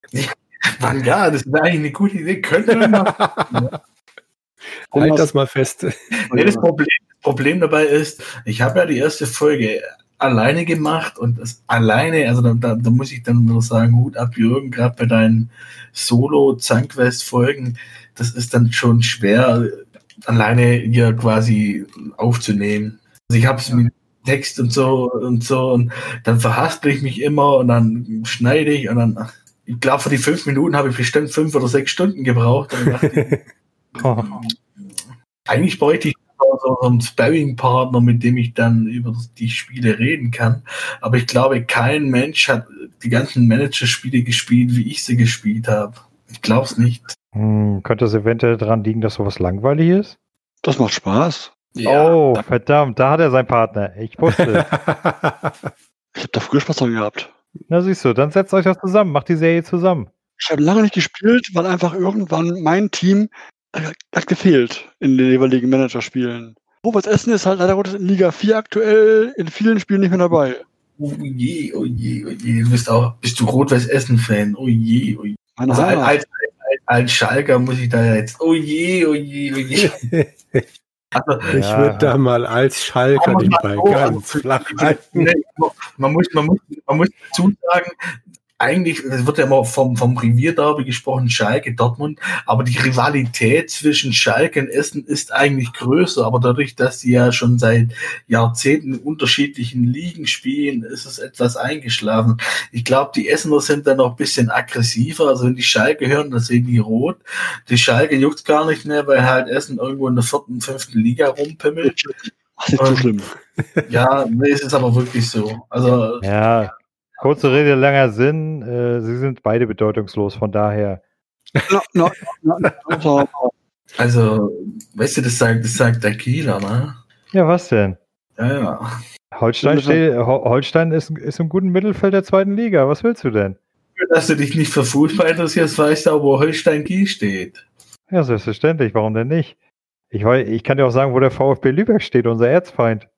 Ja, das ist eigentlich eine gute Idee. Könnte man machen. Halt das mal fest. Nee, das Problem dabei ist, ich habe ja die erste Folge alleine gemacht und das alleine, also da muss ich dann nur sagen, Hut ab, Jürgen, gerade bei deinen Solo-Zunquest-Folgen, das ist dann schon schwer, alleine hier quasi aufzunehmen. Also ich habe es mit Text und so und dann verhaspel ich mich immer und dann schneide ich und dann, ich glaube, für die 5 Minuten habe ich bestimmt 5 oder 6 Stunden gebraucht. Und dachte ich, eigentlich bräuchte ich so einen Sparring-Partner, mit dem ich dann über die Spiele reden kann. Aber ich glaube, kein Mensch hat die ganzen Manager-Spiele gespielt, wie ich sie gespielt habe. Ich glaube es nicht. Könnte es eventuell daran liegen, dass sowas langweilig ist? Das macht Spaß. Ja. Oh, verdammt, da hat er seinen Partner. Ich wusste. Ich habe da früher Spaß dran gehabt. Na siehst du, dann setzt euch das zusammen, macht die Serie zusammen. Ich habe lange nicht gespielt, weil einfach irgendwann mein Team hat gefehlt in den jeweiligen Managerspielen. Rot-Weiß Essen ist halt leider Gottes in Liga 4 aktuell in vielen Spielen nicht mehr dabei. Oh je, oh je, oh je. Bist du Rot-Weiß Essen-Fan? Oh je, oh je. Also als Schalker muss ich da jetzt, oh je, oh je, oh je. Also, ich würde da mal als Schalker den Ball ganz flach halten. Man muss dazu sagen, eigentlich, es wird ja immer vom Revierderby gesprochen, Schalke, Dortmund, aber die Rivalität zwischen Schalke und Essen ist eigentlich größer, aber dadurch, dass sie ja schon seit Jahrzehnten in unterschiedlichen Ligen spielen, ist es etwas eingeschlafen. Ich glaube, die Essener sind dann noch ein bisschen aggressiver, also wenn die Schalke hören, dann sehen die rot. Die Schalke juckt gar nicht mehr, weil halt Essen irgendwo in der 4., 5. Liga rumpimmelt. Das ist so schlimm. Ja, nee, es ist aber wirklich so. Also, ja. Kurze Rede, langer Sinn. Sie sind beide bedeutungslos, von daher. Also, weißt du, das sagt der Kieler, ne? Ja, was denn? Ja. Holstein ist im guten Mittelfeld der 2. Liga. Was willst du denn? Dass du dich nicht für Fußball interessierst, weißt du auch, wo Holstein Kiel steht. Ja, selbstverständlich. Warum denn nicht? Ich kann dir auch sagen, wo der VfB Lübeck steht, unser Erzfeind.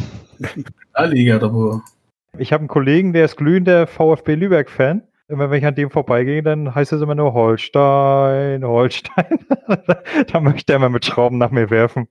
A-Liga oder wo? Ich habe einen Kollegen, der ist glühender VfB Lübeck-Fan. Immer wenn ich an dem vorbeigehe, dann heißt es immer nur Holstein. Da möchte er immer mit Schrauben nach mir werfen.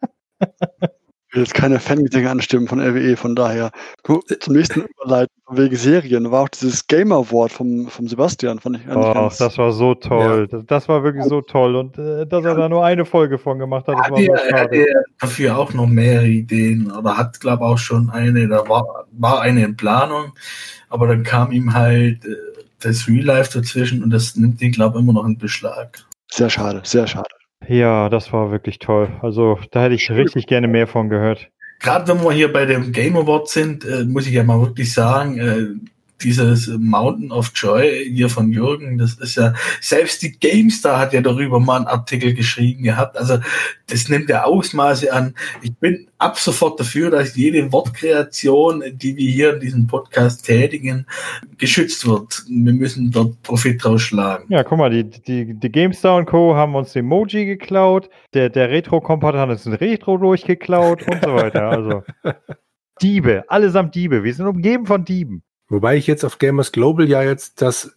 Ich will jetzt keine Fangesänge anstimmen von RWE, von daher. Zum nächsten Überleiten wegen Serien war auch dieses Game Award vom Sebastian, fand ich eigentlich das war so toll. Ja. Das war wirklich so toll. Und dass er da nur eine Folge von gemacht hat, das war so schade. Er hatte dafür auch noch mehrere Ideen, oder hat, glaube ich, auch schon eine, da war eine in Planung, aber dann kam ihm halt das Real Life dazwischen und das nimmt ihn, glaube ich, immer noch in Beschlag. Sehr schade, sehr schade. Ja, das war wirklich toll. Also da hätte ich richtig gerne mehr von gehört. Gerade wenn wir hier bei dem Game Award sind, muss ich ja mal wirklich sagen, dieses Mountain of Joy hier von Jürgen, das ist ja, selbst die GameStar hat ja darüber mal einen Artikel geschrieben gehabt, also das nimmt ja Ausmaße an. Ich bin ab sofort dafür, dass jede Wortkreation, die wir hier in diesem Podcast tätigen, geschützt wird. Wir müssen dort Profit draus schlagen. Ja, guck mal, die GameStar und Co. haben uns den Emoji geklaut, der Retro-Kompat hat uns ein Retro durchgeklaut und so weiter. Also Diebe, allesamt Diebe. Wir sind umgeben von Dieben. Wobei ich jetzt auf Gamers Global ja jetzt das,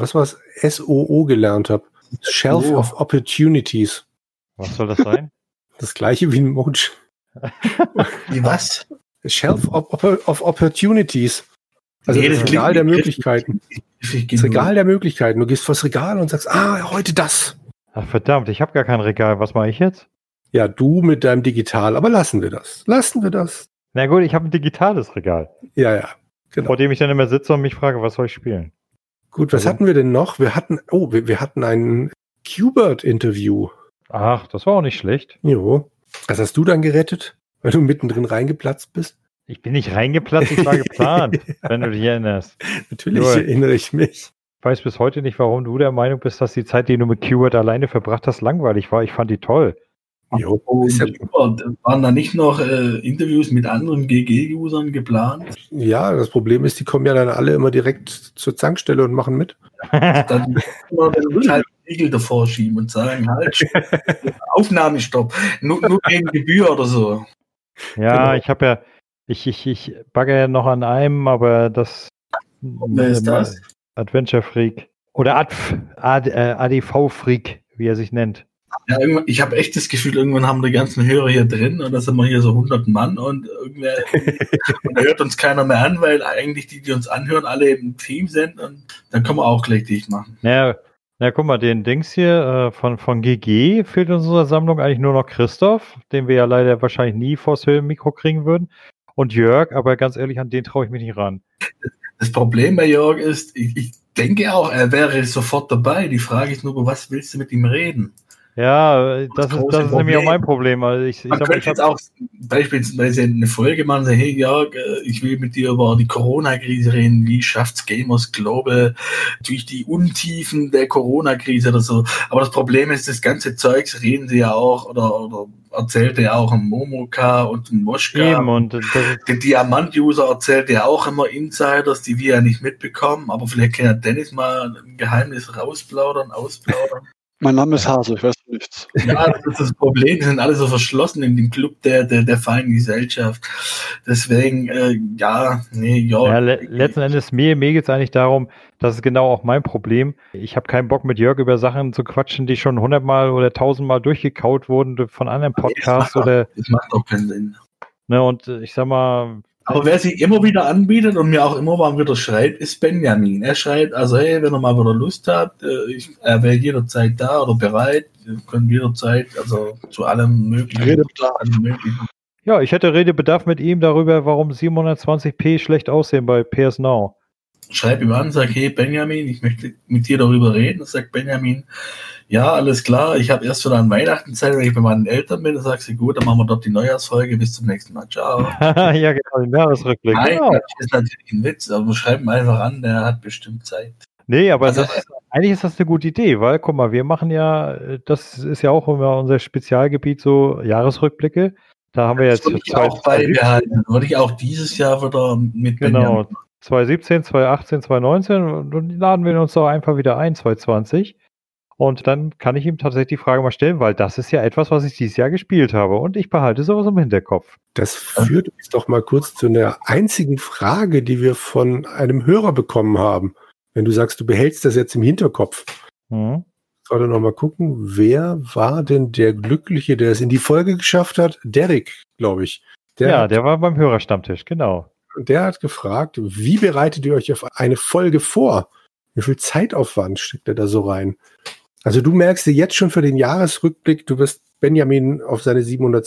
SOO gelernt habe. Shelf of Opportunities. Was soll das sein? Das gleiche wie ein Emoji. Wie was? Shelf of Opportunities. Also das Regal der Möglichkeiten. Das Regal der Möglichkeiten. Du gehst vors Regal und sagst, heute das. Ach verdammt, ich habe gar kein Regal. Was mache ich jetzt? Ja, du mit deinem Digital. Aber lassen wir das. Na gut, ich habe ein digitales Regal. Ja. Genau. Vor dem ich dann immer sitze und mich frage, was soll ich spielen? Gut, was hatten wir denn noch? Wir hatten ein Qbert-Interview. Ach, das war auch nicht schlecht. Jo. Das hast du dann gerettet, weil du mittendrin reingeplatzt bist? Ich bin nicht reingeplatzt, ich war geplant, wenn du dich erinnerst. Natürlich erinnere ich mich. weiß bis heute nicht, warum du der Meinung bist, dass die Zeit, die du mit Keyword alleine verbracht hast, langweilig war. Ich fand die toll. Jo, Und waren da nicht noch Interviews mit anderen GG-Usern geplant? ja, das Problem ist, die kommen ja dann alle immer direkt zur Zankstelle und machen mit. Dann immer den Riegel davor schieben und sagen, halt, Aufnahmestopp, nur gegen Gebühr oder so. Ja, Genau. ich habe ja, ich bagger ja noch an einem, aber das Wer ist das? Adventure Freak oder ADV Freak, wie er sich nennt. Ja, ich habe echt das Gefühl, irgendwann haben die ganzen Hörer hier drin und da sind wir hier so 100 Mann und irgendwer und da hört uns keiner mehr an, weil eigentlich die uns anhören, alle im Team sind und dann können wir auch gleich dicht machen. Ja, guck mal, den Dings hier von GG fehlt in unserer Sammlung eigentlich nur noch Christoph, den wir ja leider wahrscheinlich nie vors Mikro kriegen würden. Und Jörg, aber ganz ehrlich, an den traue ich mich nicht ran. Das Problem bei Jörg ist, ich denke auch, er wäre sofort dabei. Die Frage ist nur, was willst du mit ihm reden? Ja, das ist nämlich auch mein Problem. Also Man könnte jetzt auch beispielsweise eine Folge machen, sagen, hey Jörg, ich will mit dir über die Corona-Krise reden, wie schafft's Gamers Global durch die Untiefen der Corona-Krise oder so. Aber das Problem ist, das ganze Zeugs reden sie ja auch oder erzählte ja auch ein Momoka und ein Moschka. Eben, und der Diamant-User erzählt ja auch immer Insiders, die wir ja nicht mitbekommen, aber vielleicht kann ja Dennis mal ein Geheimnis ausplaudern. Mein Name ist Hase, ich weiß nichts. Ja, das ist das Problem. Die sind alle so verschlossen in dem Club der feinen Gesellschaft. Deswegen, letzten Endes, mir geht es eigentlich darum, das ist genau auch mein Problem. Ich habe keinen Bock mit Jörg über Sachen zu quatschen, die schon 100-mal oder 1000-mal durchgekaut wurden von anderen Podcasts. Das macht auch keinen Sinn. Ne, und ich sag mal... Aber wer sich immer wieder anbietet und mir auch immer mal wieder schreibt, ist Benjamin. Er schreibt, also hey, wenn ihr mal wieder Lust habt, er wäre jederzeit da oder bereit, wir können jederzeit, also zu allem möglichen. Ja, ich hätte Redebedarf mit ihm darüber, warum 720p schlecht aussehen bei PS Now. Schreib ihm an, sag, hey Benjamin, ich möchte mit dir darüber reden. Sagt Benjamin, ja, alles klar, ich habe erst wieder an Weihnachten Zeit, wenn ich bei meinen Eltern bin, dann sagst du, gut, dann machen wir dort die Neujahrsfolge, bis zum nächsten Mal, ciao. Ja, genau, den Jahresrückblick. Nein, genau. das ist natürlich ein Witz, aber wir schreiben einfach an, der hat bestimmt Zeit. Nee, aber eigentlich ist das eine gute Idee, weil, guck mal, wir machen ja, das ist ja auch immer unser Spezialgebiet, so Jahresrückblicke. Da haben wir jetzt... Das würde ich auch beibehalten, würde ich auch dieses Jahr wieder mit Benjamin. 2017, 2018, 2019 und dann laden wir uns doch einfach wieder ein, 2020. Und dann kann ich ihm tatsächlich die Frage mal stellen, weil das ist ja etwas, was ich dieses Jahr gespielt habe und ich behalte sowas im Hinterkopf. Das führt uns doch mal kurz zu einer einzigen Frage, die wir von einem Hörer bekommen haben. Wenn du sagst, du behältst das jetzt im Hinterkopf. Sollte noch mal gucken, wer war denn der Glückliche, der es in die Folge geschafft hat? Derek, glaube ich. Der war beim Hörerstammtisch, genau. Der hat gefragt, wie bereitet ihr euch auf eine Folge vor? Wie viel Zeitaufwand steckt da so rein? Also du merkst dir jetzt schon für den Jahresrückblick, du wirst Benjamin auf seine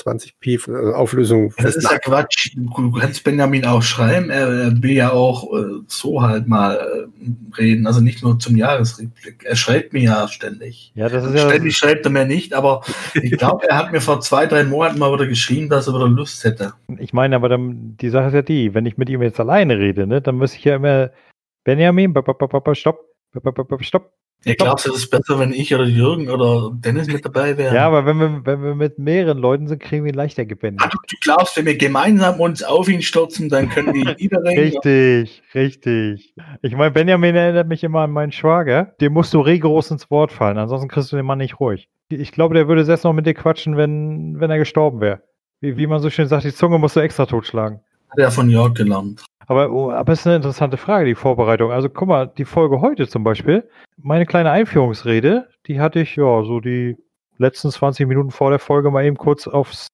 720p Auflösung Das ist ja Quatsch. Du kannst Benjamin auch schreiben. Er will ja auch so halt mal reden, also nicht nur zum Jahresrückblick. Er schreibt mir ja ständig. Ja, das ist ständig schreibt er mir nicht, aber ich glaube, er hat mir vor 2-3 Monaten mal wieder geschrieben, dass er wieder Lust hätte. Ich meine, aber dann, die Sache ist ja die, wenn ich mit ihm jetzt alleine rede, ne, dann muss ich ja immer Benjamin, stopp. Ja, glaubst du, das ist besser, wenn ich oder Jürgen oder Dennis mit dabei wären? Ja, aber wenn wir mit mehreren Leuten sind, kriegen wir ihn leichter gebändigt. Du glaubst, wenn wir gemeinsam uns auf ihn stürzen, dann können wir ihn niederringen? Richtig. Ich meine, Benjamin erinnert mich immer an meinen Schwager. Dem musst du rigoros ins Wort fallen, ansonsten kriegst du den Mann nicht ruhig. Ich glaube, der würde selbst noch mit dir quatschen, wenn er gestorben wäre. Wie man so schön sagt, die Zunge musst du extra totschlagen. Hat er von Jörg gelernt. Aber es ist eine interessante Frage, die Vorbereitung. Also guck mal, die Folge heute zum Beispiel, meine kleine Einführungsrede, die hatte ich ja so die letzten 20 Minuten vor der Folge mal eben kurz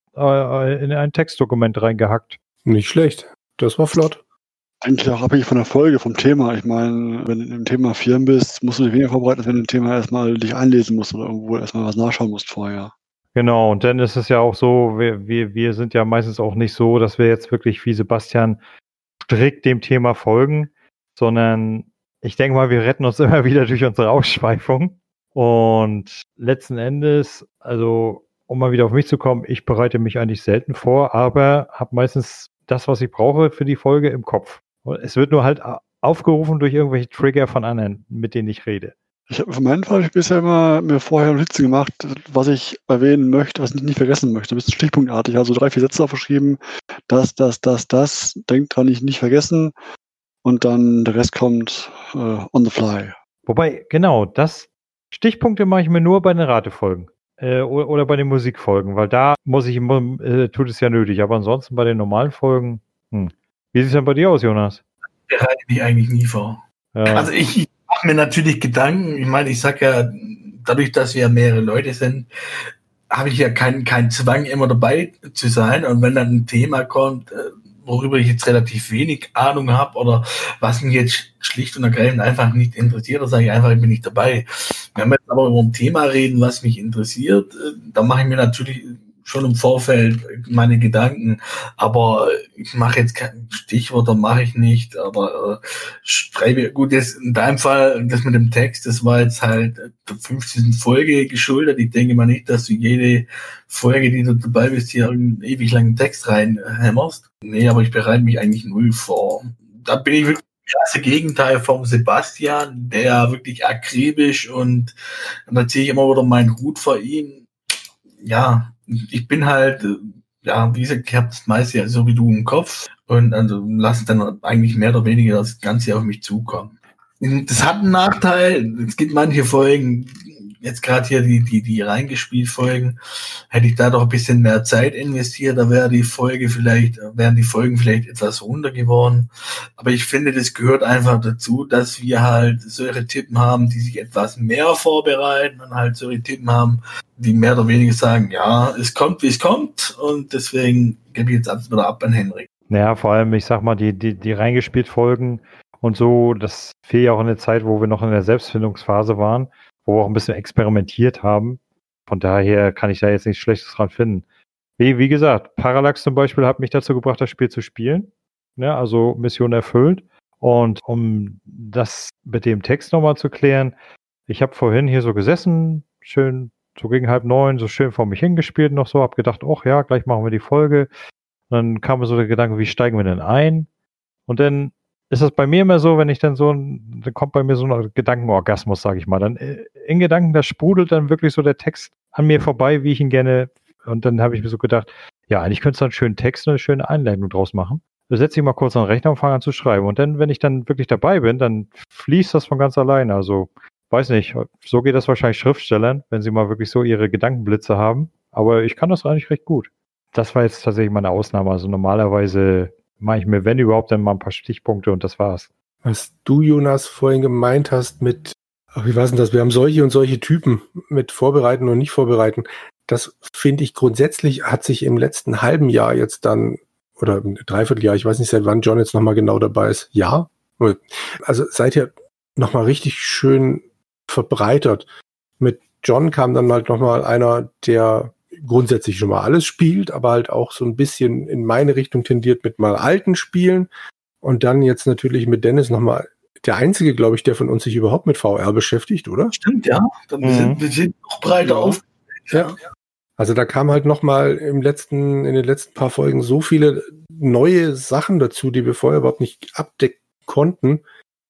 in ein Textdokument reingehackt. Nicht schlecht, das war flott. Eigentlich auch abhängig von der Folge, vom Thema. Ich meine, wenn du im Thema Firmen bist, musst du dich weniger vorbereiten, als wenn du im Thema erstmal dich einlesen musst oder irgendwo erstmal was nachschauen musst vorher. Genau, und dann ist es ja auch so, wir sind ja meistens auch nicht so, dass wir jetzt wirklich wie Sebastian strikt dem Thema folgen, sondern ich denke mal, wir retten uns immer wieder durch unsere Ausschweifung. Und letzten Endes, also um mal wieder auf mich zu kommen, ich bereite mich eigentlich selten vor, aber habe meistens das, was ich brauche für die Folge im Kopf. Es wird nur halt aufgerufen durch irgendwelche Trigger von anderen, mit denen ich rede. Ich habe für meinen Fall bisher immer mir vorher Notizen gemacht, was ich erwähnen möchte, was ich nicht vergessen möchte. Ein bisschen stichpunktartig, also 3-4 Sätze aufgeschrieben. Das, denkt dran, nicht vergessen. Und dann der Rest kommt on the fly. Wobei, genau, Stichpunkte mache ich mir nur bei den Ratefolgen. Oder bei den Musikfolgen, weil da tut es ja nötig. Aber ansonsten bei den normalen Folgen, Wie sieht es denn bei dir aus, Jonas? Bereite mich eigentlich nie vor. Ja. Also ich mache mir natürlich Gedanken. Ich meine, ich sag ja, dadurch, dass wir mehrere Leute sind, habe ich ja keinen Zwang, immer dabei zu sein. Und wenn dann ein Thema kommt, worüber ich jetzt relativ wenig Ahnung habe oder was mich jetzt schlicht und ergreifend einfach nicht interessiert, dann sage ich einfach, ich bin nicht dabei. Wenn wir jetzt aber über ein Thema reden, was mich interessiert, dann mache ich mir natürlich schon im Vorfeld meine Gedanken, aber ich mache jetzt kein Stichwort, mache ich nicht, aber schreibe, gut, in deinem Fall, das mit dem Text, das war jetzt halt der 50. Folge geschuldet. Ich denke mal nicht, dass du jede Folge, die du dabei bist, hier einen ewig langen Text reinhämmerst. Nee, aber ich bereite mich eigentlich null vor. Da bin ich wirklich das klasse Gegenteil vom Sebastian, der wirklich akribisch und da ziehe ich immer wieder meinen Hut vor ihm. Ja, ich bin halt, wie gesagt, ich habe das meiste ja so wie du im Kopf und also lasse dann eigentlich mehr oder weniger das Ganze auf mich zukommen. Das hat einen Nachteil, es gibt manche Folgen, jetzt gerade hier die reingespielt Folgen, hätte ich da doch ein bisschen mehr Zeit investiert, da wären die Folgen vielleicht etwas runder geworden. Aber ich finde, das gehört einfach dazu, dass wir halt solche Typen haben, die sich etwas mehr vorbereiten und halt solche Typen haben, die mehr oder weniger sagen, ja, es kommt, wie es kommt und deswegen gebe ich jetzt alles wieder ab an Henrik. Naja, vor allem, ich sag mal, die reingespielt Folgen und so, das fiel ja auch in der Zeit, wo wir noch in der Selbstfindungsphase waren, wo wir auch ein bisschen experimentiert haben. Von daher kann ich da jetzt nichts Schlechtes dran finden. Wie gesagt, Parallax zum Beispiel hat mich dazu gebracht, das Spiel zu spielen. Ja, also Mission erfüllt. Und um das mit dem Text nochmal zu klären, ich habe vorhin hier so gesessen, schön so gegen 8:30, so schön vor mich hingespielt noch so, hab gedacht, ach ja, gleich machen wir die Folge. Und dann kam mir so der Gedanke, wie steigen wir denn ein? Und dann ist das bei mir immer so, wenn ich dann dann kommt bei mir so ein Gedankenorgasmus, sage ich mal. Dann in Gedanken, da sprudelt dann wirklich so der Text an mir vorbei, wie ich ihn gerne. Und dann habe ich mir so gedacht, ja, eigentlich könntest du einen schönen Text und eine schöne Einleitung draus machen. Da setze ich mal kurz an den Rechner und fange an zu schreiben. Und dann, wenn ich dann wirklich dabei bin, dann fließt das von ganz alleine. Also, weiß nicht, so geht das wahrscheinlich Schriftstellern, wenn sie mal wirklich so ihre Gedankenblitze haben. Aber ich kann das eigentlich recht gut. Das war jetzt tatsächlich meine Ausnahme. Also normalerweise mache ich mir, wenn überhaupt, dann mal ein paar Stichpunkte und das war's. Was du, Jonas, vorhin gemeint hast mit, wie war denn das, wir haben solche und solche Typen mit Vorbereiten und nicht Vorbereiten. Das finde ich grundsätzlich hat sich im letzten halben Jahr jetzt dann, oder im Dreivierteljahr, ich weiß nicht, seit wann John jetzt nochmal genau dabei ist. Ja? Also seid ihr nochmal richtig schön verbreitert. Mit John kam dann halt nochmal einer, der grundsätzlich schon mal alles spielt, aber halt auch so ein bisschen in meine Richtung tendiert mit mal alten Spielen. Und dann jetzt natürlich mit Dennis nochmal der einzige, glaube ich, der von uns sich überhaupt mit VR beschäftigt, oder? Stimmt, ja. Wir sind noch breiter auf. Ja. Also da kam halt nochmal in den letzten paar Folgen so viele neue Sachen dazu, die wir vorher überhaupt nicht abdecken konnten.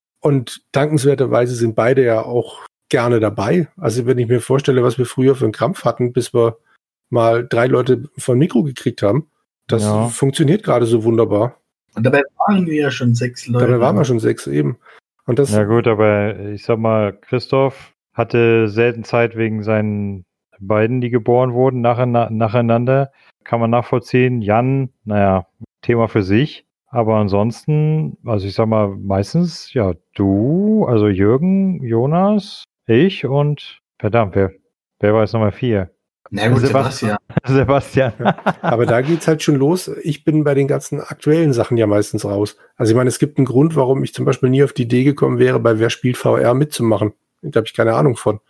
Und dankenswerterweise sind beide ja auch gerne dabei. Also wenn ich mir vorstelle, was wir früher für einen Krampf hatten, bis wir mal 3 Leute von Mikro gekriegt haben, das funktioniert gerade so wunderbar. Und dabei waren wir ja schon 6 Leute. Dabei waren wir schon 6 eben. Und das ja gut, aber ich sag mal, Christoph hatte selten Zeit wegen seinen beiden, die geboren wurden, nacheinander. Kann man nachvollziehen. Jan, Thema für sich. Aber ansonsten, also ich sag mal, meistens, ja, du, also Jürgen, Jonas, ich und, verdammt, wer war jetzt Nummer 4? Na gut, Sebastian. Sebastian. Ja, aber da geht's halt schon los. Ich bin bei den ganzen aktuellen Sachen ja meistens raus. Also ich meine, es gibt einen Grund, warum ich zum Beispiel nie auf die Idee gekommen wäre, bei Wer spielt VR mitzumachen. Da habe ich keine Ahnung von.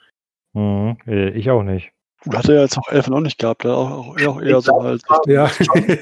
Ich auch nicht. Du hast ja jetzt auch Elfen noch nicht gehabt, auch eher so als... Ja.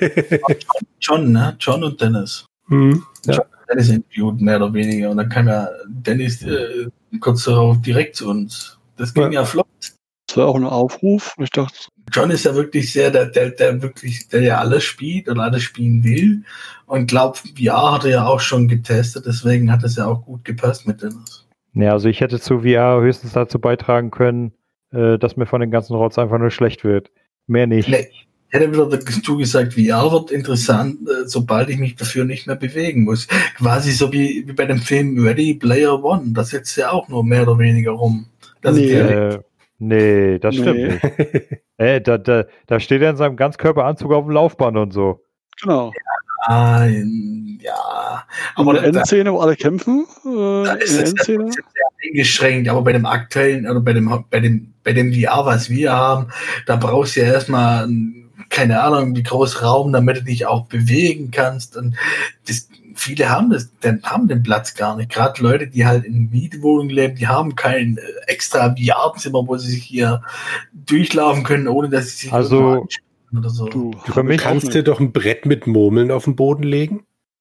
John, ne? John und Dennis. Ja. Dennis interviewt, mehr oder weniger. Und dann kam ja Dennis kurz darauf direkt zu uns. Das ging ja flott. Das war auch ein Aufruf. Und ich dachte, John ist ja wirklich sehr, der ja alles spielt und alles spielen will. Und glaubt, VR hat er ja auch schon getestet, deswegen hat es ja auch gut gepasst mit Dennis. Ja, also ich hätte zu VR höchstens dazu beitragen können, dass mir von den ganzen Rots einfach nur schlecht wird. Mehr nicht. Nee, ich hätte wieder dazu gesagt, VR wird interessant, sobald ich mich dafür nicht mehr bewegen muss. Quasi so wie bei dem Film Ready Player One. Da sitzt ja auch nur mehr oder weniger rum. Nee, das stimmt nicht. Da steht er in seinem Ganzkörperanzug auf dem Laufband und so. Genau. Ja. Aber in der Endszene, wo alle kämpfen, da ist es sehr eingeschränkt, aber bei dem aktuellen oder bei dem VR, was wir haben, da brauchst du ja erstmal, keine Ahnung, wie groß Raum, damit du dich auch bewegen kannst. Und viele haben den Platz gar nicht. Gerade Leute, die halt in Mietwohnungen leben, die haben kein extra VR-Zimmer, wo sie sich hier durchlaufen können, ohne dass sie sich oder so. Du kannst dir doch ein Brett mit Murmeln auf den Boden legen.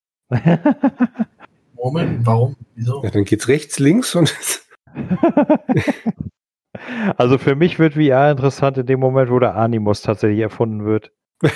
Murmeln? Warum? Wieso? Ja, dann geht's rechts, links und Also für mich wird VR interessant in dem Moment, wo der Animus tatsächlich erfunden wird.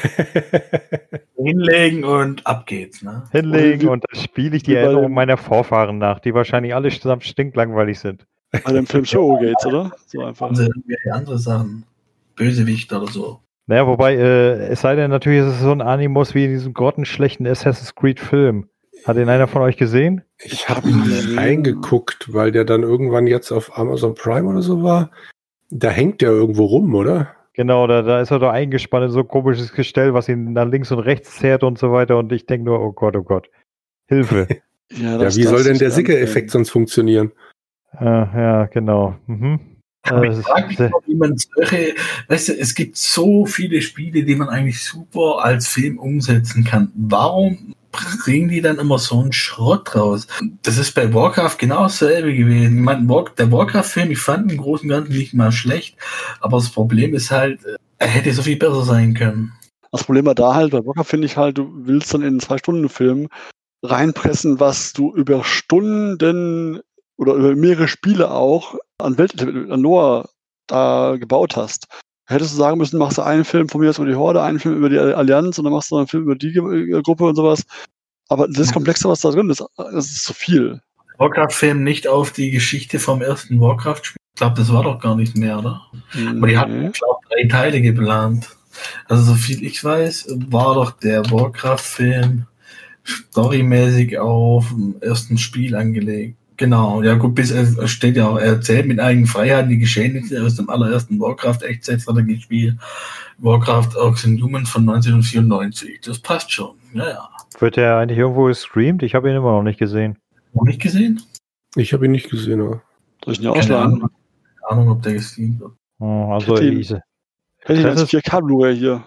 Hinlegen und ab geht's, ne? Hinlegen und dann spiele ich die Erinnerungen meiner Vorfahren nach, die wahrscheinlich alle zusammen stinklangweilig sind. Bei dem Film Showgates, oder? So einfach. Also irgendwelche andere Sachen. Bösewicht oder so. Naja, wobei, es sei denn, natürlich ist es so ein Animus wie in diesem grottenschlechten Assassin's Creed Film. Hat den einer von euch gesehen? Ich habe ihn reingeguckt, weil der dann irgendwann jetzt auf Amazon Prime oder so war. Da hängt der irgendwo rum, oder? Genau, da ist er doch eingespannt in so ein komisches Gestell, was ihn nach links und rechts zerrt und so weiter. Und ich denke nur, oh Gott, Hilfe. Ja, wie soll denn der Sicker-Effekt sonst funktionieren? Ja, genau. Aber ich frage mich noch, wie man solche, weißt du, es gibt so viele Spiele, die man eigentlich super als Film umsetzen kann. Warum bringen die dann immer so einen Schrott raus? Das ist bei Warcraft genau dasselbe gewesen. Ich meine, der Warcraft-Film, ich fand ihn im Großen und Ganzen nicht mal schlecht, aber das Problem ist halt, er hätte so viel besser sein können. Das Problem war da halt, bei Warcraft finde ich halt, du willst dann in einen 2-Stunden-Film reinpressen, was du über Stunden oder über mehrere Spiele auch an Lore da gebaut hast. Hättest du sagen müssen, machst du einen Film von mir aus über die Horde, einen Film über die Allianz und dann machst du einen Film über die Gruppe und sowas. Aber das Komplexe, was da drin ist, das ist zu viel. Warcraft-Film nicht auf die Geschichte vom ersten Warcraft-Spiel. Ich glaube, das war doch gar nicht mehr, oder? Aber die hatten, glaube ich, 3 Teile geplant. Also, so viel ich weiß, war doch der Warcraft-Film storymäßig auf dem ersten Spiel angelegt. Genau, ja gut, steht ja auch, er erzählt mit eigenen Freiheiten die Geschehnisse aus dem allerersten Warcraft-Echtzeitstrategiespiel Warcraft Orcs and Humans von 1994. Das passt schon, ja. Wird der eigentlich irgendwo gestreamt? Ich habe ihn immer noch nicht gesehen. Noch nicht gesehen? Ich habe ihn nicht gesehen, aber. Soll ich ihn ausladen? Keine Ahnung, ob der gestreamt wird. Also hätte ich als 4K Blu-ray hier.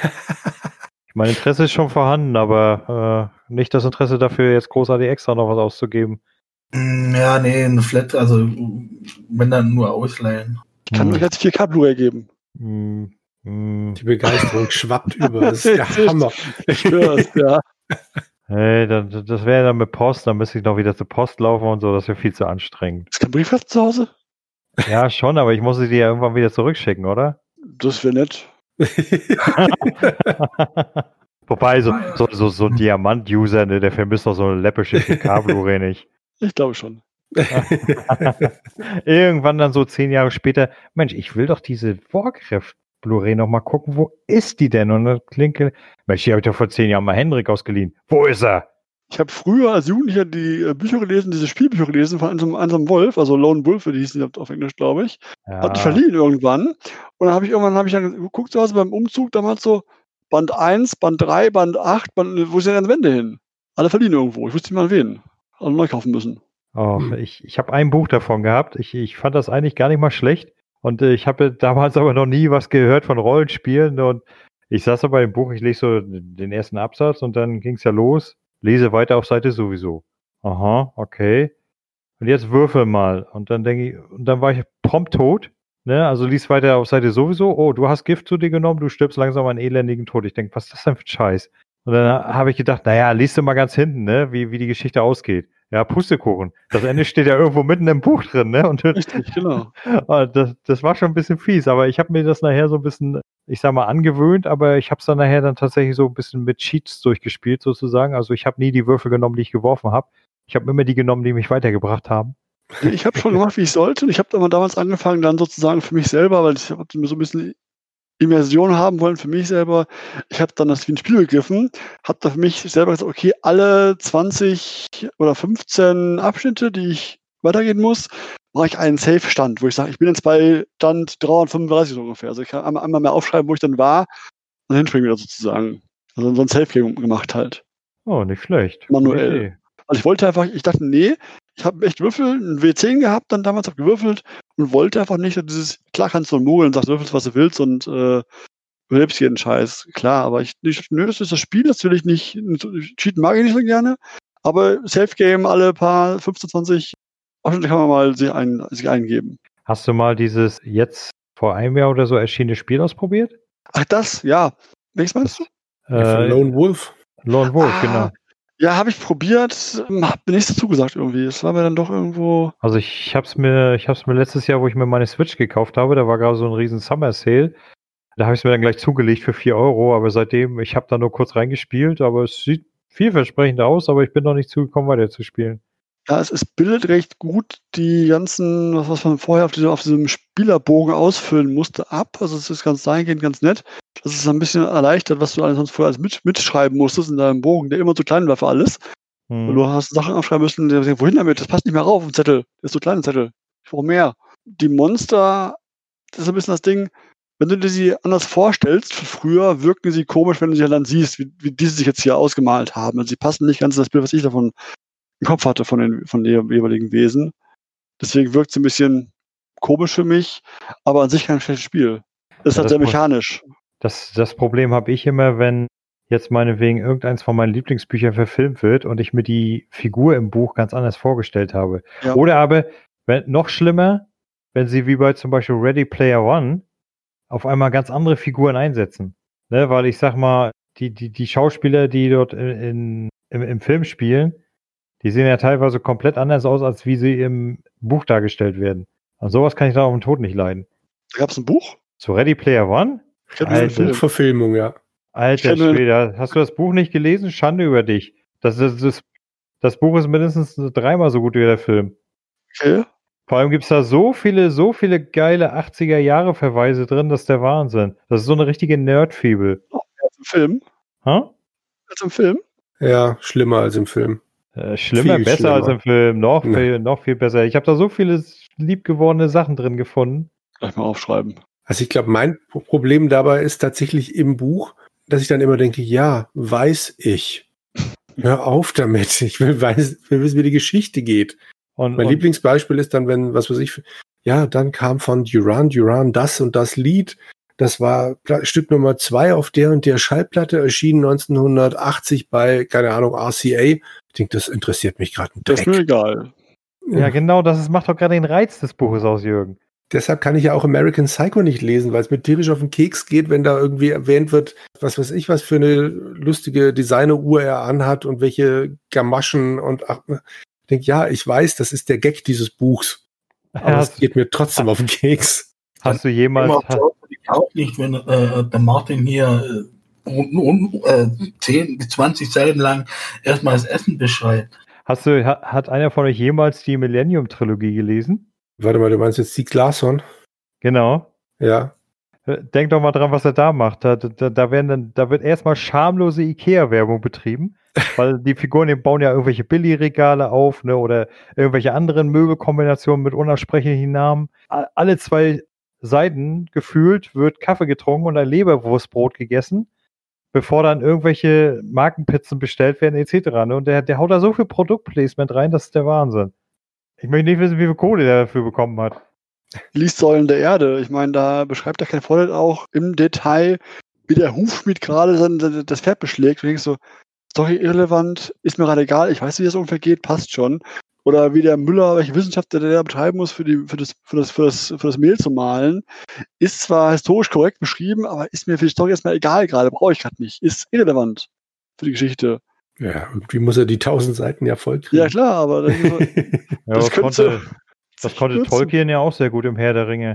Mein Interesse ist schon vorhanden, aber nicht das Interesse dafür, jetzt großartig extra noch was auszugeben. Ja, nee, eine Flat, also wenn dann nur ausleihen. Ich kann euch jetzt 4K Blu-ray geben. Die Begeisterung schwappt über. Das ist der Hammer. Ich höre ja. Hey, das wäre dann mit Post, dann müsste ich noch wieder zur Post laufen und so, das wäre viel zu anstrengend. Ist kein Briefkasten zu Hause? Ja, schon, aber ich muss sie dir ja irgendwann wieder zurückschicken, oder? Das wäre nett. Wobei, so ein Diamant-User, ne, der vermisst doch so eine läppische 4K Blu-ray nicht. Ich glaube schon. Irgendwann dann so 10 Jahre später, Mensch, ich will doch diese Warcraft Blu-ray noch mal gucken, wo ist die denn? Und dann klinke, Mensch, die habe ich doch vor 10 Jahren mal Hendrik ausgeliehen. Wo ist er? Ich habe früher als Jugendlicher die Bücher gelesen, diese Spielbücher gelesen von einem Wolf, also Lone Wolf, die hießen auf Englisch, glaube ich. Ja. Hat mich verliehen irgendwann. Und dann habe ich dann geguckt zu Hause beim Umzug, damals so Band 1, Band 3, Band 8, wo sind denn die Wände hin? Alle verliehen irgendwo. Ich wusste nicht mal wen. Alle neu kaufen müssen. Oh, ich habe ein Buch davon gehabt. Ich fand das eigentlich gar nicht mal schlecht. Und ich habe damals aber noch nie was gehört von Rollenspielen. Und ich saß aber im Buch, ich lese so den ersten Absatz und dann ging es ja los. Lese weiter auf Seite sowieso. Aha, okay. Und jetzt würfel mal. Und dann denke ich, und dann war ich prompt tot. Ne? Also lies weiter auf Seite sowieso. Oh, du hast Gift zu dir genommen, du stirbst langsam einen elendigen Tod. Ich denke, was ist das denn für ein Scheiß? Und dann habe ich gedacht, naja, liest du mal ganz hinten, ne, wie die Geschichte ausgeht. Ja, Pustekuchen. Das Ende steht ja irgendwo mitten im Buch drin, ne? Und Richtig, genau. das war schon ein bisschen fies, aber ich habe mir das nachher so ein bisschen ich sag mal, angewöhnt, aber ich habe es dann nachher dann tatsächlich so ein bisschen mit Cheats durchgespielt sozusagen. Also ich habe nie die Würfel genommen, die ich geworfen habe. Ich habe immer die genommen, die mich weitergebracht haben. Ich habe schon gemacht, wie ich sollte. Ich habe aber damals angefangen, dann sozusagen für mich selber, weil ich mir so ein bisschen Immersion haben wollen für mich selber. Ich habe dann das wie ein Spiel begriffen, habe da für mich selber gesagt, okay, alle 20 oder 15 Abschnitte, die ich weitergehen muss, mache ich einen Safe-Stand, wo ich sage, ich bin jetzt bei Stand 335 so ungefähr. Also ich kann einmal mehr aufschreiben, wo ich dann war und hinspringen wieder sozusagen. Also so ein Safe-Game gemacht halt. Oh, nicht schlecht. Manuell. Gute Idee. Also ich wollte einfach, ich dachte, nee, ich habe echt Würfel, einen W10 gehabt, dann damals habe gewürfelt und wollte einfach nicht dieses, klar kannst du mogeln und sagst, würfelst, was du willst und überlebst jeden Scheiß. Klar, aber nö, das ist das Spiel, das will ich nicht, cheaten mag ich nicht so gerne, aber Safe-Game alle paar 15, 20 Abschnitte kann man mal sich eingeben. Hast du mal dieses jetzt vor einem Jahr oder so erschienene Spiel ausprobiert? Ach, das, ja. Welches meinst du? Von Lone Wolf. Lone Wolf, genau. Ja, habe ich probiert, hab mir nichts zugesagt irgendwie. Es war mir dann doch irgendwo. Also ich hab's mir letztes Jahr, wo ich mir meine Switch gekauft habe, da war gerade so ein riesen Summer Sale. Da habe ich es mir dann gleich zugelegt für 4 €, aber seitdem, ich habe da nur kurz reingespielt, aber es sieht vielversprechend aus, aber ich bin noch nicht zugekommen, weiter zu spielen. Ja, es bildet recht gut die ganzen, was man vorher auf diesem Spielerbogen ausfüllen musste, ab. Also es ist ganz dahingehend ganz nett. Das ist ein bisschen erleichtert, was du sonst vorher alles mitschreiben musstest in deinem Bogen, der immer zu klein war für alles. Und du hast Sachen aufschreiben müssen, der sagt, wohin damit? Das passt nicht mehr rauf, ein Zettel. Der ist so klein, ein Zettel. Ich brauche mehr. Die Monster, das ist ein bisschen das Ding, wenn du dir sie anders vorstellst, früher wirken sie komisch, wenn du sie dann siehst, wie die sich jetzt hier ausgemalt haben. Also sie passen nicht ganz in das Bild, was ich davon im Kopf hatte von den jeweiligen Wesen. Deswegen wirkt es ein bisschen komisch für mich, aber an sich kein schlechtes Spiel. Ist halt sehr mechanisch. Das Problem habe ich immer, wenn jetzt meinetwegen irgendeins von meinen Lieblingsbüchern verfilmt wird und ich mir die Figur im Buch ganz anders vorgestellt habe. Ja. Oder aber, noch schlimmer, wenn sie wie bei zum Beispiel Ready Player One auf einmal ganz andere Figuren einsetzen. Ne? Weil ich sag mal, die Schauspieler, die dort im Film spielen, die sehen ja teilweise komplett anders aus, als wie sie im Buch dargestellt werden. Und sowas kann ich da auf den Tod nicht leiden. Da gab es ein Buch? Zu Ready Player One? Eine Buchverfilmung, ja. Alter Schwede, hast du das Buch nicht gelesen? Schande über dich. Das Buch ist mindestens 3-mal so gut wie der Film. Okay. Vor allem gibt es da so viele geile 80er-Jahre-Verweise drin, das ist der Wahnsinn. Das ist so eine richtige Nerd-Fibel. Oh, als im Film? Als im Film? Ja, schlimmer als im Film. Besser als im Film. Noch viel besser. Ich habe da so viele liebgewordene Sachen drin gefunden. Gleich mal aufschreiben. Also ich glaube, mein Problem dabei ist tatsächlich im Buch, dass ich dann immer denke, ja, weiß ich. Hör auf damit. Ich will wissen, wie die Geschichte geht. Mein Lieblingsbeispiel ist dann, wenn, was weiß ich, ja, dann kam von Duran das und das Lied. Das war Stück Nummer 2 auf der und der Schallplatte, erschienen 1980 bei, keine Ahnung, RCA. Ich denke, das interessiert mich gerade ein Dreck. Das ist mir egal. Ja, genau, macht doch gerade den Reiz des Buches aus, Jürgen. Deshalb kann ich ja auch American Psycho nicht lesen, weil es mir tierisch auf den Keks geht, wenn da irgendwie erwähnt wird, was weiß ich, was für eine lustige Designeruhr er anhat und welche Gamaschen und ich denke, ja, ich weiß, das ist der Gag dieses Buchs. Aber es geht mir trotzdem auf den Keks. Hast du jemals... Auch nicht, wenn der Martin hier 10 bis 20 Seiten lang erstmal das Essen beschreibt. Hat einer von euch jemals die Millennium-Trilogie gelesen? Warte mal, du meinst jetzt Stieg Larsson? Genau. Ja. Denk doch mal dran, was er da macht. Da wird erstmal schamlose Ikea-Werbung betrieben, weil die Figuren, die bauen ja irgendwelche Billigregale auf, ne, oder irgendwelche anderen Möbelkombinationen mit unaussprechlichen Namen. Alle 2 Seiten gefühlt wird Kaffee getrunken und ein Leberwurstbrot gegessen, bevor dann irgendwelche Markenpizzen bestellt werden, etc. Ne? Und der haut da so viel Produktplacement rein, das ist der Wahnsinn. Ich möchte nicht wissen, wie viel Kohle der dafür bekommen hat. Liestsäulen der Erde. Ich meine, da beschreibt der Ken Follett auch im Detail, wie der Hufschmied gerade das Pferd beschlägt. Und denkst so, Story irrelevant, ist mir gerade egal, ich weiß, wie das ungefähr geht, passt schon. Oder wie der Müller, welche Wissenschaft der betreiben muss, für das Mehl zu mahlen. Ist zwar historisch korrekt beschrieben, aber ist mir für die Story erstmal egal gerade, brauche ich gerade nicht. Ist irrelevant für die Geschichte. Ja, irgendwie muss er die 1000 Seiten ja voll kriegen. Ja, klar, aber das konnte Tolkien ja auch sehr gut im Herr der Ringe.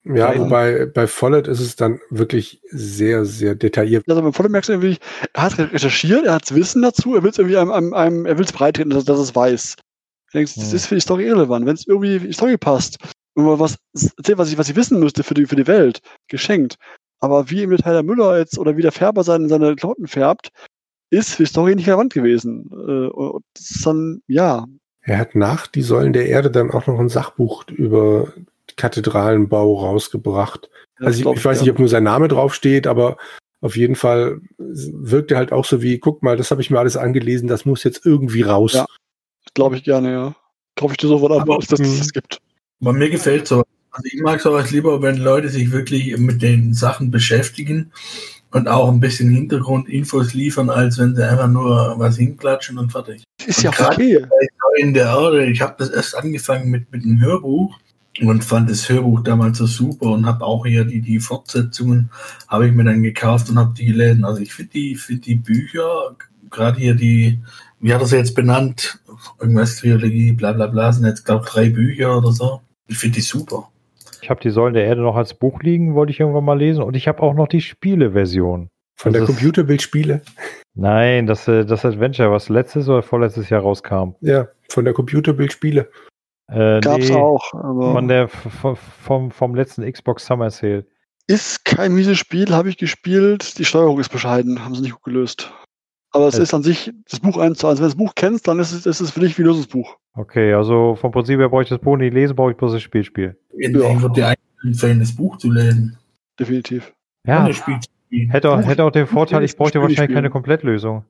Ja, wobei bei Follett ist es dann wirklich sehr, sehr detailliert. Also bei Follett merkst du irgendwie, er hat recherchiert, er hat Wissen dazu, er will es irgendwie er will es breitreden, dass es weiß. Du denkst, das ist für die Story irrelevant. Wenn es irgendwie in die Story passt, und mal was erzählt, was ich wissen müsste für die Welt, geschenkt. Aber wie im Detail der Müller jetzt oder wie der Färber seine Klamotten färbt, ist für die Story nicht relevant gewesen. Und das ist dann, ja. Er hat nach Die Säulen der Erde dann auch noch ein Sachbuch über Kathedralenbau rausgebracht. Also ich weiß nicht, ob nur sein Name draufsteht, aber auf jeden Fall wirkt er halt auch so wie, guck mal, das habe ich mir alles angelesen, das muss jetzt irgendwie raus. Ja, glaube ich gerne, ja. Kaufe ich dir sofort ab, dass es das gibt. Aber mir gefällt so. Also ich mag sowas lieber, wenn Leute sich wirklich mit den Sachen beschäftigen und auch ein bisschen Hintergrundinfos liefern, als wenn sie einfach nur was hinklatschen und fertig. Ist ja okay. In der Erde, ich habe das erst angefangen mit einem Hörbuch und fand das Hörbuch damals so super und habe auch hier die Fortsetzungen habe ich mir dann gekauft und habe die gelesen. Also ich finde die Bücher, gerade hier wie hat er sie jetzt benannt? Irgendwas Trilogie, bla bla bla, sind jetzt glaube ich 3 Bücher oder so. Ich finde die super. Ich habe die Säulen der Erde noch als Buch liegen, wollte ich irgendwann mal lesen. Und ich habe auch noch die Spieleversion. Von der Computerbildspiele? Nein, das Adventure, was letztes oder vorletztes Jahr rauskam. Ja, von der Computerbildspiele. Gab's auch. Aber vom letzten Xbox Summer Sale. Ist kein mieses Spiel, habe ich gespielt. Die Steuerung ist bescheiden, haben sie nicht gut gelöst. Aber es ist an sich das Buch 1:1. Wenn du das Buch kennst, dann ist es für dich wie ein löses Buch. Okay, also vom Prinzip her brauche ich das Buch nicht lesen, brauche ich bloß das Spiel spielen. Ich würde dir empfehlen, das Buch zu lesen. Definitiv. Ja, Das Spiel zu spielen. hätte auch den Vorteil, ich bräuchte wahrscheinlich keine Komplettlösung.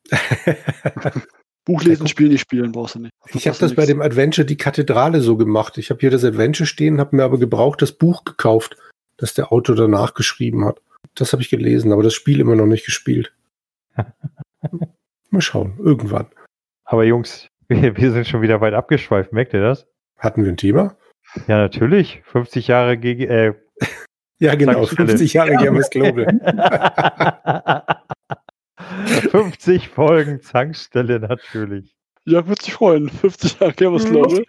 Buch lesen, Spiel nicht spielen, brauchst du nicht. Ich habe das bei dem Adventure die Kathedrale so gemacht. Ich habe hier das Adventure stehen, habe mir aber gebraucht das Buch gekauft, das der Autor danach geschrieben hat. Das habe ich gelesen, aber das Spiel immer noch nicht gespielt. Mal schauen, irgendwann. Aber Jungs, wir sind schon wieder weit abgeschweift, merkt ihr das? Hatten wir ein Thema? Ja, natürlich. 50 Jahre ja, genau, Tankstelle. 50 Jahre Gamers Global. 50 Folgen Tankstelle natürlich. Ja, würde sich freuen. 50 Jahre Gamers Global.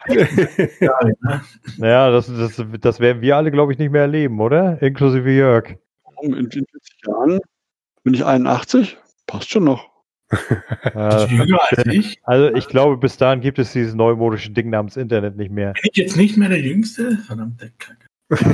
Naja, das werden wir alle, glaube ich, nicht mehr erleben, oder? Inklusive Jörg. In 40 Jahren bin ich 81. Passt schon noch. Das ist jünger als ich. Also ich glaube, bis dahin gibt es dieses neumodische Ding namens Internet nicht mehr. Bin ich jetzt nicht mehr der Jüngste? Verdammte Kacke.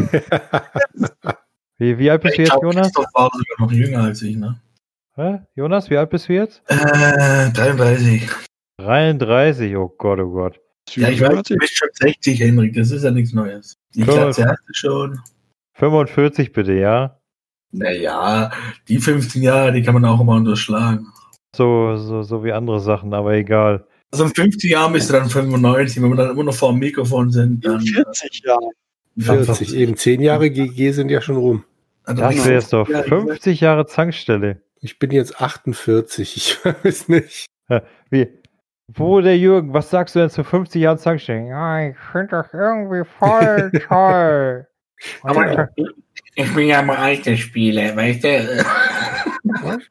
Wie alt bist du jetzt, Jonas? Christoph war sogar noch jünger als ich, ne? Hä? Jonas, wie alt bist du jetzt? 33. 33, oh Gott, oh Gott. Ja, ich weiß, du bist schon 60, Henrik, das ist ja nichts Neues. Die Klasse hast du schon. 45 bitte, ja? Naja, die 15 Jahre, die kann man auch immer unterschlagen. So wie andere Sachen, aber egal. Also in 50 Jahren bist du dann 95, wenn wir dann immer noch vor dem Mikrofon sind. Dann, 40 Jahre. 40, eben 10 Jahre GG sind ja schon rum. Also Das wäre jetzt doch 50 Jahre Tankstelle. Ich bin jetzt 48, ich weiß nicht. Wie? Wo der Jürgen, was sagst du denn zu 50 Jahren Tankstelle? Ja, ich finde das irgendwie voll toll. Aber ich bin ja im Bereich der Spiele, weißt du? Was?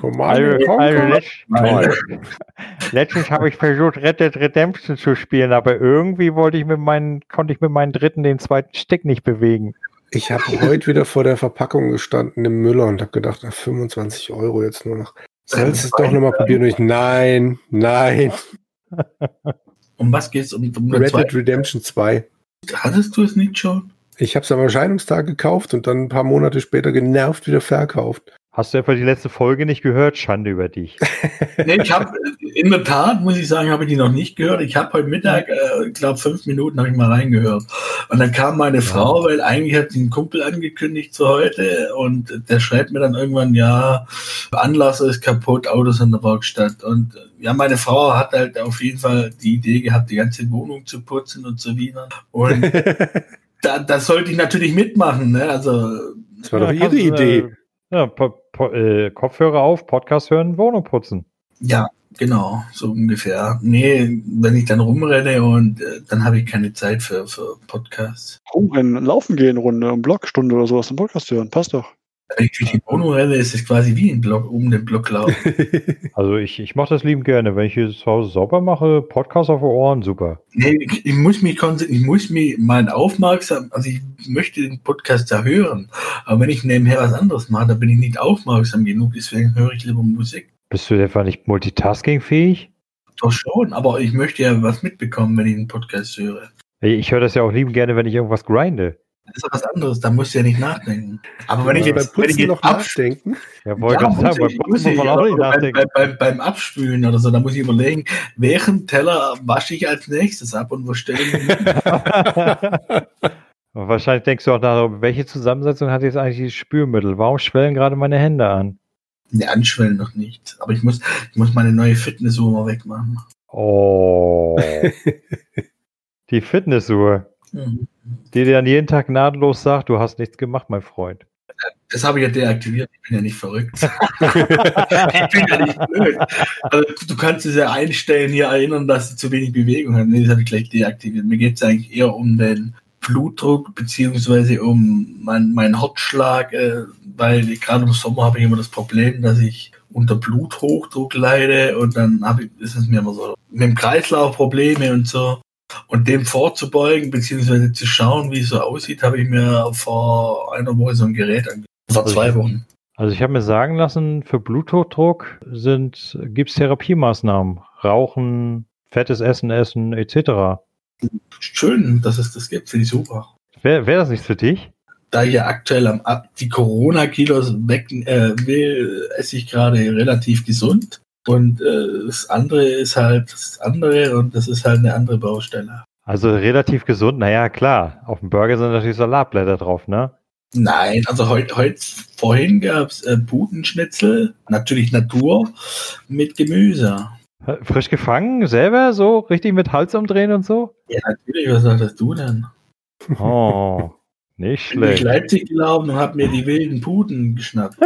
Letztens habe ich versucht, Red Dead Redemption zu spielen, aber irgendwie konnte ich mit meinen Dritten den zweiten Stick nicht bewegen. Ich habe heute wieder vor der Verpackung gestanden im Müller und habe gedacht, 25 € jetzt nur noch. Sollst du es doch nochmal probieren? Und ich, nein. Um was geht's? Um Red Dead Redemption 2. Hattest du es nicht schon? Ich habe es am Erscheinungstag gekauft und dann ein paar Monate später genervt wieder verkauft. Hast du etwa die letzte Folge nicht gehört? Schande über dich. Nee, ich habe, in der Tat, muss ich sagen, habe ich die noch nicht gehört. Ich habe heute Mittag, ich glaube 5 Minuten habe ich mal reingehört. Und dann kam meine Frau, weil eigentlich hat sie einen Kumpel angekündigt für heute und der schreibt mir dann irgendwann, ja, Anlasser ist kaputt, Autos in der Werkstatt. Und ja, meine Frau hat halt auf jeden Fall die Idee gehabt, die ganze Wohnung zu putzen und so wieder. Und da sollte ich natürlich mitmachen, ne? Also, das war doch ihre Idee. Ja, Kopfhörer auf, Podcast hören, Wohnung putzen. Ja, genau, so ungefähr. Nee, wenn ich dann rumrenne und dann habe ich keine Zeit für Podcasts. Rumrennen, laufen gehen, Runde, Blogstunde oder sowas, einen Podcast hören, passt doch. Wenn ich durch die Wohnung renne, ist es quasi wie ein Block, um den Block laufen. Also ich mache das liebend gerne. Wenn ich hier zu Hause sauber mache, Podcast auf den Ohren, super. Nee, ich muss mich mal aufmerksam, also ich möchte den Podcast ja hören, aber wenn ich nebenher was anderes mache, dann bin ich nicht aufmerksam genug, deswegen höre ich lieber Musik. Bist du etwa nicht multitaskingfähig? Doch schon, aber ich möchte ja was mitbekommen, wenn ich einen Podcast höre. Ich höre das ja auch liebend gerne, wenn ich irgendwas grinde. Das ist ja was anderes, da musst du ja nicht nachdenken. Aber wenn ich beim jetzt, Putzen noch nachdenken. Ja, wollte ich sagen, beim Putzen muss man auch nicht nachdenken. beim Abspülen oder so, da muss ich überlegen, welchen Teller wasche ich als nächstes ab und wo stelle ich ihn hin? Wahrscheinlich denkst du auch darüber, welche Zusammensetzung hat jetzt eigentlich dieses Spülmittel? Warum schwellen gerade meine Hände an? Ne, anschwellen noch nicht. Aber ich muss meine neue Fitnessuhr mal wegmachen. Oh. Die Fitnessuhr. Mhm. Die dir dann jeden Tag nahtlos sagt, du hast nichts gemacht, mein Freund. Das habe ich ja deaktiviert. Ich bin ja nicht verrückt. Ich bin ja nicht blöd. Also, du kannst es ja einstellen, hier erinnern, dass du zu wenig Bewegung hast. Nee, das habe ich gleich deaktiviert. Mir geht es eigentlich eher um den Blutdruck beziehungsweise um meinen Herzschlag, weil gerade im Sommer habe ich immer das Problem, dass ich unter Bluthochdruck leide und dann ist es mir immer so mit dem Kreislauf Probleme und so. Und dem vorzubeugen, beziehungsweise zu schauen, wie es so aussieht, habe ich mir vor einer Woche so ein Gerät angeschaut. Vor 2 Wochen. Also ich habe mir sagen lassen, für Bluthochdruck gibt es Therapiemaßnahmen. Rauchen, fettes Essen, etc. Schön, dass es das gibt, finde ich super. Wäre das nichts für dich? Da ich ja aktuell die Corona-Kilos weg will, esse ich gerade relativ gesund. Und das andere ist halt das andere und das ist halt eine andere Baustelle. Also relativ gesund, naja, klar. Auf dem Burger sind natürlich Salatblätter drauf, ne? Nein, also vorhin gab es Putenschnitzel, natürlich Natur, mit Gemüse. Frisch gefangen, selber, so richtig mit Hals umdrehen und so? Ja, natürlich, was sagtest du denn? Oh, nicht Ich bin durch schlecht. Leipzig gelaufen und habe mir die wilden Puten geschnappt.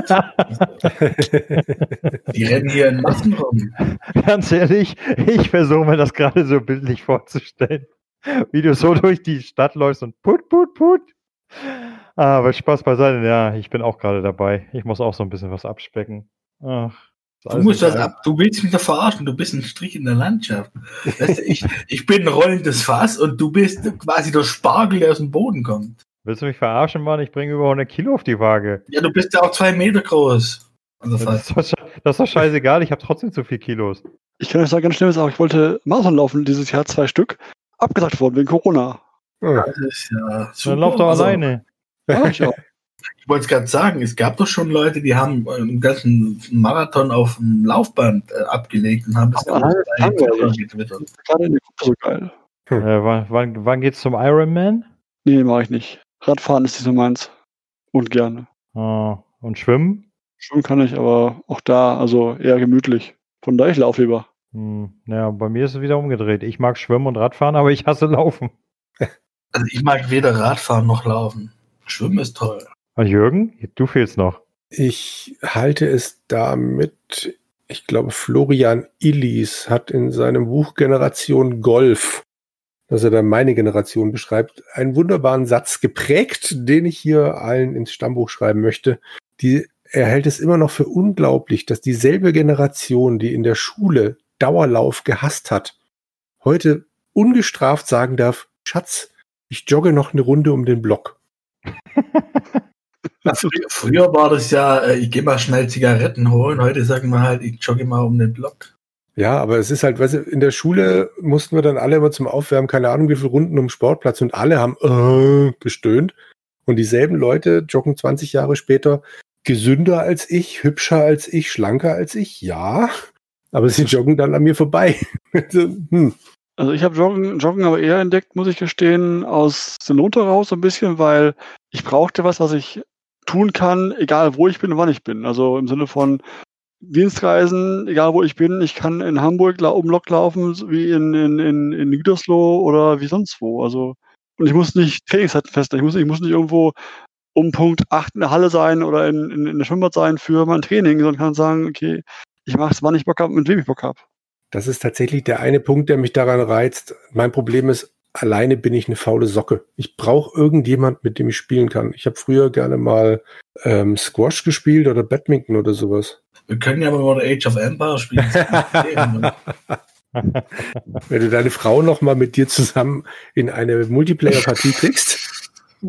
Die rennen hier in Massen rum. Ganz ehrlich, ich versuche mir das gerade so bildlich vorzustellen. Wie du so durch die Stadt läufst und put. Aber Spaß beiseite, ja, ich bin auch gerade dabei. Ich muss auch so ein bisschen was abspecken. Ach, Du musst das ab. Du willst mich doch verarschen. Du bist ein Strich in der Landschaft. Weißt du, ich bin ein rollendes Fass und du bist quasi der Spargel, der aus dem Boden kommt. Willst du mich verarschen, Mann? Ich bringe über 100 Kilo auf die Waage. Ja, du bist ja auch 2 Meter groß. Also Das fast. ist doch scheißegal, ich habe trotzdem zu viel Kilos. Ich kann euch sagen, ganz schnell auch, ich wollte Marathon laufen dieses Jahr 2 Stück. Abgesagt worden wegen Corona. Das ist ja super. Dann lauf doch Also, alleine. Ja, ich auch. Ich wollte es gerade sagen, es gab doch schon Leute, die haben einen ganzen Marathon auf dem Laufband abgelegt und haben das Aber alles nein, bei das Twitter haben wir getwittert. Gerade in der Gruppe so geil. Wann geht's zum Ironman? Nee, mache ich nicht. Radfahren ist nicht so meins. Und gerne. Und Schwimmen? Schwimmen kann ich, aber auch da, also eher gemütlich. Von daher, ich laufe lieber. Ja, bei mir ist es wieder umgedreht. Ich mag Schwimmen und Radfahren, aber ich hasse Laufen. Also ich mag weder Radfahren noch Laufen. Schwimmen ist toll. Jürgen, du fehlst noch. Ich halte es damit, ich glaube, Florian Illies hat in seinem Buch Generation Golf, das er dann meine Generation beschreibt, einen wunderbaren Satz geprägt, den ich hier allen ins Stammbuch schreiben möchte. Er hält es immer noch für unglaublich, dass dieselbe Generation, die in der Schule Dauerlauf gehasst hat, heute ungestraft sagen darf, Schatz, ich jogge noch eine Runde um den Block. Früher war das ja, ich gehe mal schnell Zigaretten holen. Heute sagen wir halt, ich jogge mal um den Block. Ja, aber es ist halt, weißt du, in der Schule mussten wir dann alle immer zum Aufwärmen, keine Ahnung wie viele Runden um den Sportplatz und alle haben gestöhnt. Und dieselben Leute joggen 20 Jahre später gesünder als ich, hübscher als ich, schlanker als ich, ja. Aber sie joggen dann an mir vorbei. Also ich habe Joggen aber eher entdeckt, muss ich gestehen, aus der Not heraus so ein bisschen, weil ich brauchte was ich tun kann, egal wo ich bin und wann ich bin. Also im Sinne von Dienstreisen, egal wo ich bin, ich kann in Hamburg um Lok laufen, wie in Gütersloh oder wie sonst wo. Also, und ich muss nicht Trainingszeiten festlegen. Ich muss nicht irgendwo um Punkt 8 in der Halle sein oder in der Schwimmbad sein für mein Training, sondern kann sagen, okay, ich mache es, wann ich Bock habe, mit wem ich Bock habe. Das ist tatsächlich der eine Punkt, der mich daran reizt. Mein Problem ist, alleine bin ich eine faule Socke. Ich brauche irgendjemand, mit dem ich spielen kann. Ich habe früher gerne mal Squash gespielt oder Badminton oder sowas. Wir können ja mal Age of Empires spielen. Wenn du deine Frau noch mal mit dir zusammen in eine Multiplayer-Partie kriegst.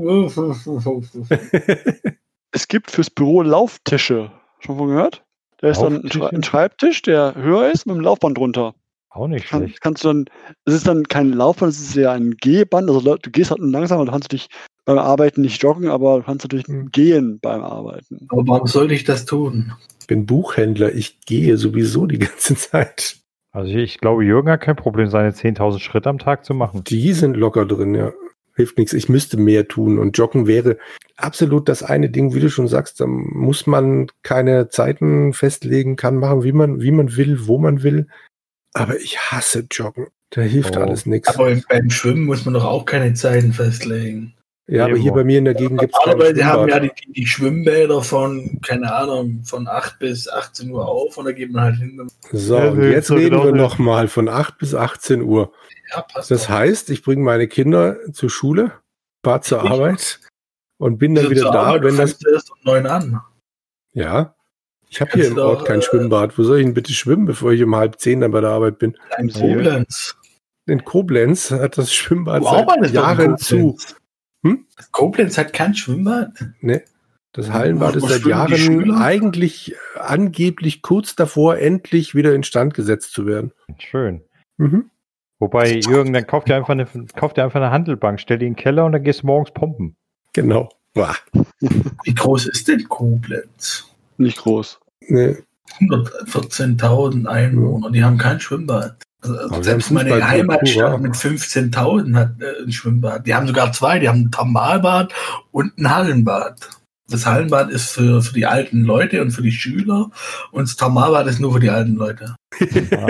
Es gibt fürs Büro Lauftische. Schon von gehört? Da ist dann ein Schreibtisch, der höher ist, mit einem Laufband drunter. Auch nicht schlecht. Kannst du dann, es ist dann kein Laufband, es ist ja ein Gehband. Also du gehst halt nur langsam und du kannst dich beim Arbeiten nicht joggen, aber du kannst natürlich gehen beim Arbeiten. Aber warum sollte ich das tun? Ich bin Buchhändler, ich gehe sowieso die ganze Zeit. Also ich glaube, Jürgen hat kein Problem, seine 10.000 Schritte am Tag zu machen. Die sind locker drin, ja. Hilft nichts. Ich müsste mehr tun und Joggen wäre absolut das eine Ding, wie du schon sagst. Da muss man keine Zeiten festlegen, kann machen, wie man will, wo man will. Aber ich hasse Joggen. Da hilft alles nichts. Aber beim Schwimmen muss man doch auch keine Zeiten festlegen. Ja, aber hier bei mir in der Gegend gibt es keine Schwimmbad. Schwimmbad. Die haben ja die Schwimmbäder von, keine Ahnung, von 8 bis 18 Uhr auf und da geht man halt hin. So, und jetzt reden wir nochmal von 8 bis 18 Uhr. Ja, passt. Das heißt, ich bringe meine Kinder zur Schule, fahre zur Arbeit und bin dann wieder da, wenn das... erst um 9 an. Ja, ich habe hier im Ort kein Schwimmbad. Wo soll ich denn bitte schwimmen, bevor ich um 9:30 dann bei der Arbeit bin? In Koblenz. In Koblenz hat das Schwimmbad seit Jahren zu. Koblenz hat kein Schwimmbad? Ne, das Hallenbad ist seit Jahren eigentlich angeblich kurz davor, endlich wieder instand gesetzt zu werden. Schön. Wobei, Jürgen, dann kauft ihr einfach eine Handelbank, stell die in den Keller und dann gehst du morgens pumpen. Genau. Wow. Wie groß ist denn Koblenz? Nicht groß. Nee. 114.000 Einwohner, die haben kein Schwimmbad. Also selbst meine Heimatstadt mit 15.000 hat ein Schwimmbad. Die haben sogar 2, die haben ein Thermalbad und ein Hallenbad. Das Hallenbad ist für die alten Leute und für die Schüler und das Thermalbad ist nur für die alten Leute. Ja.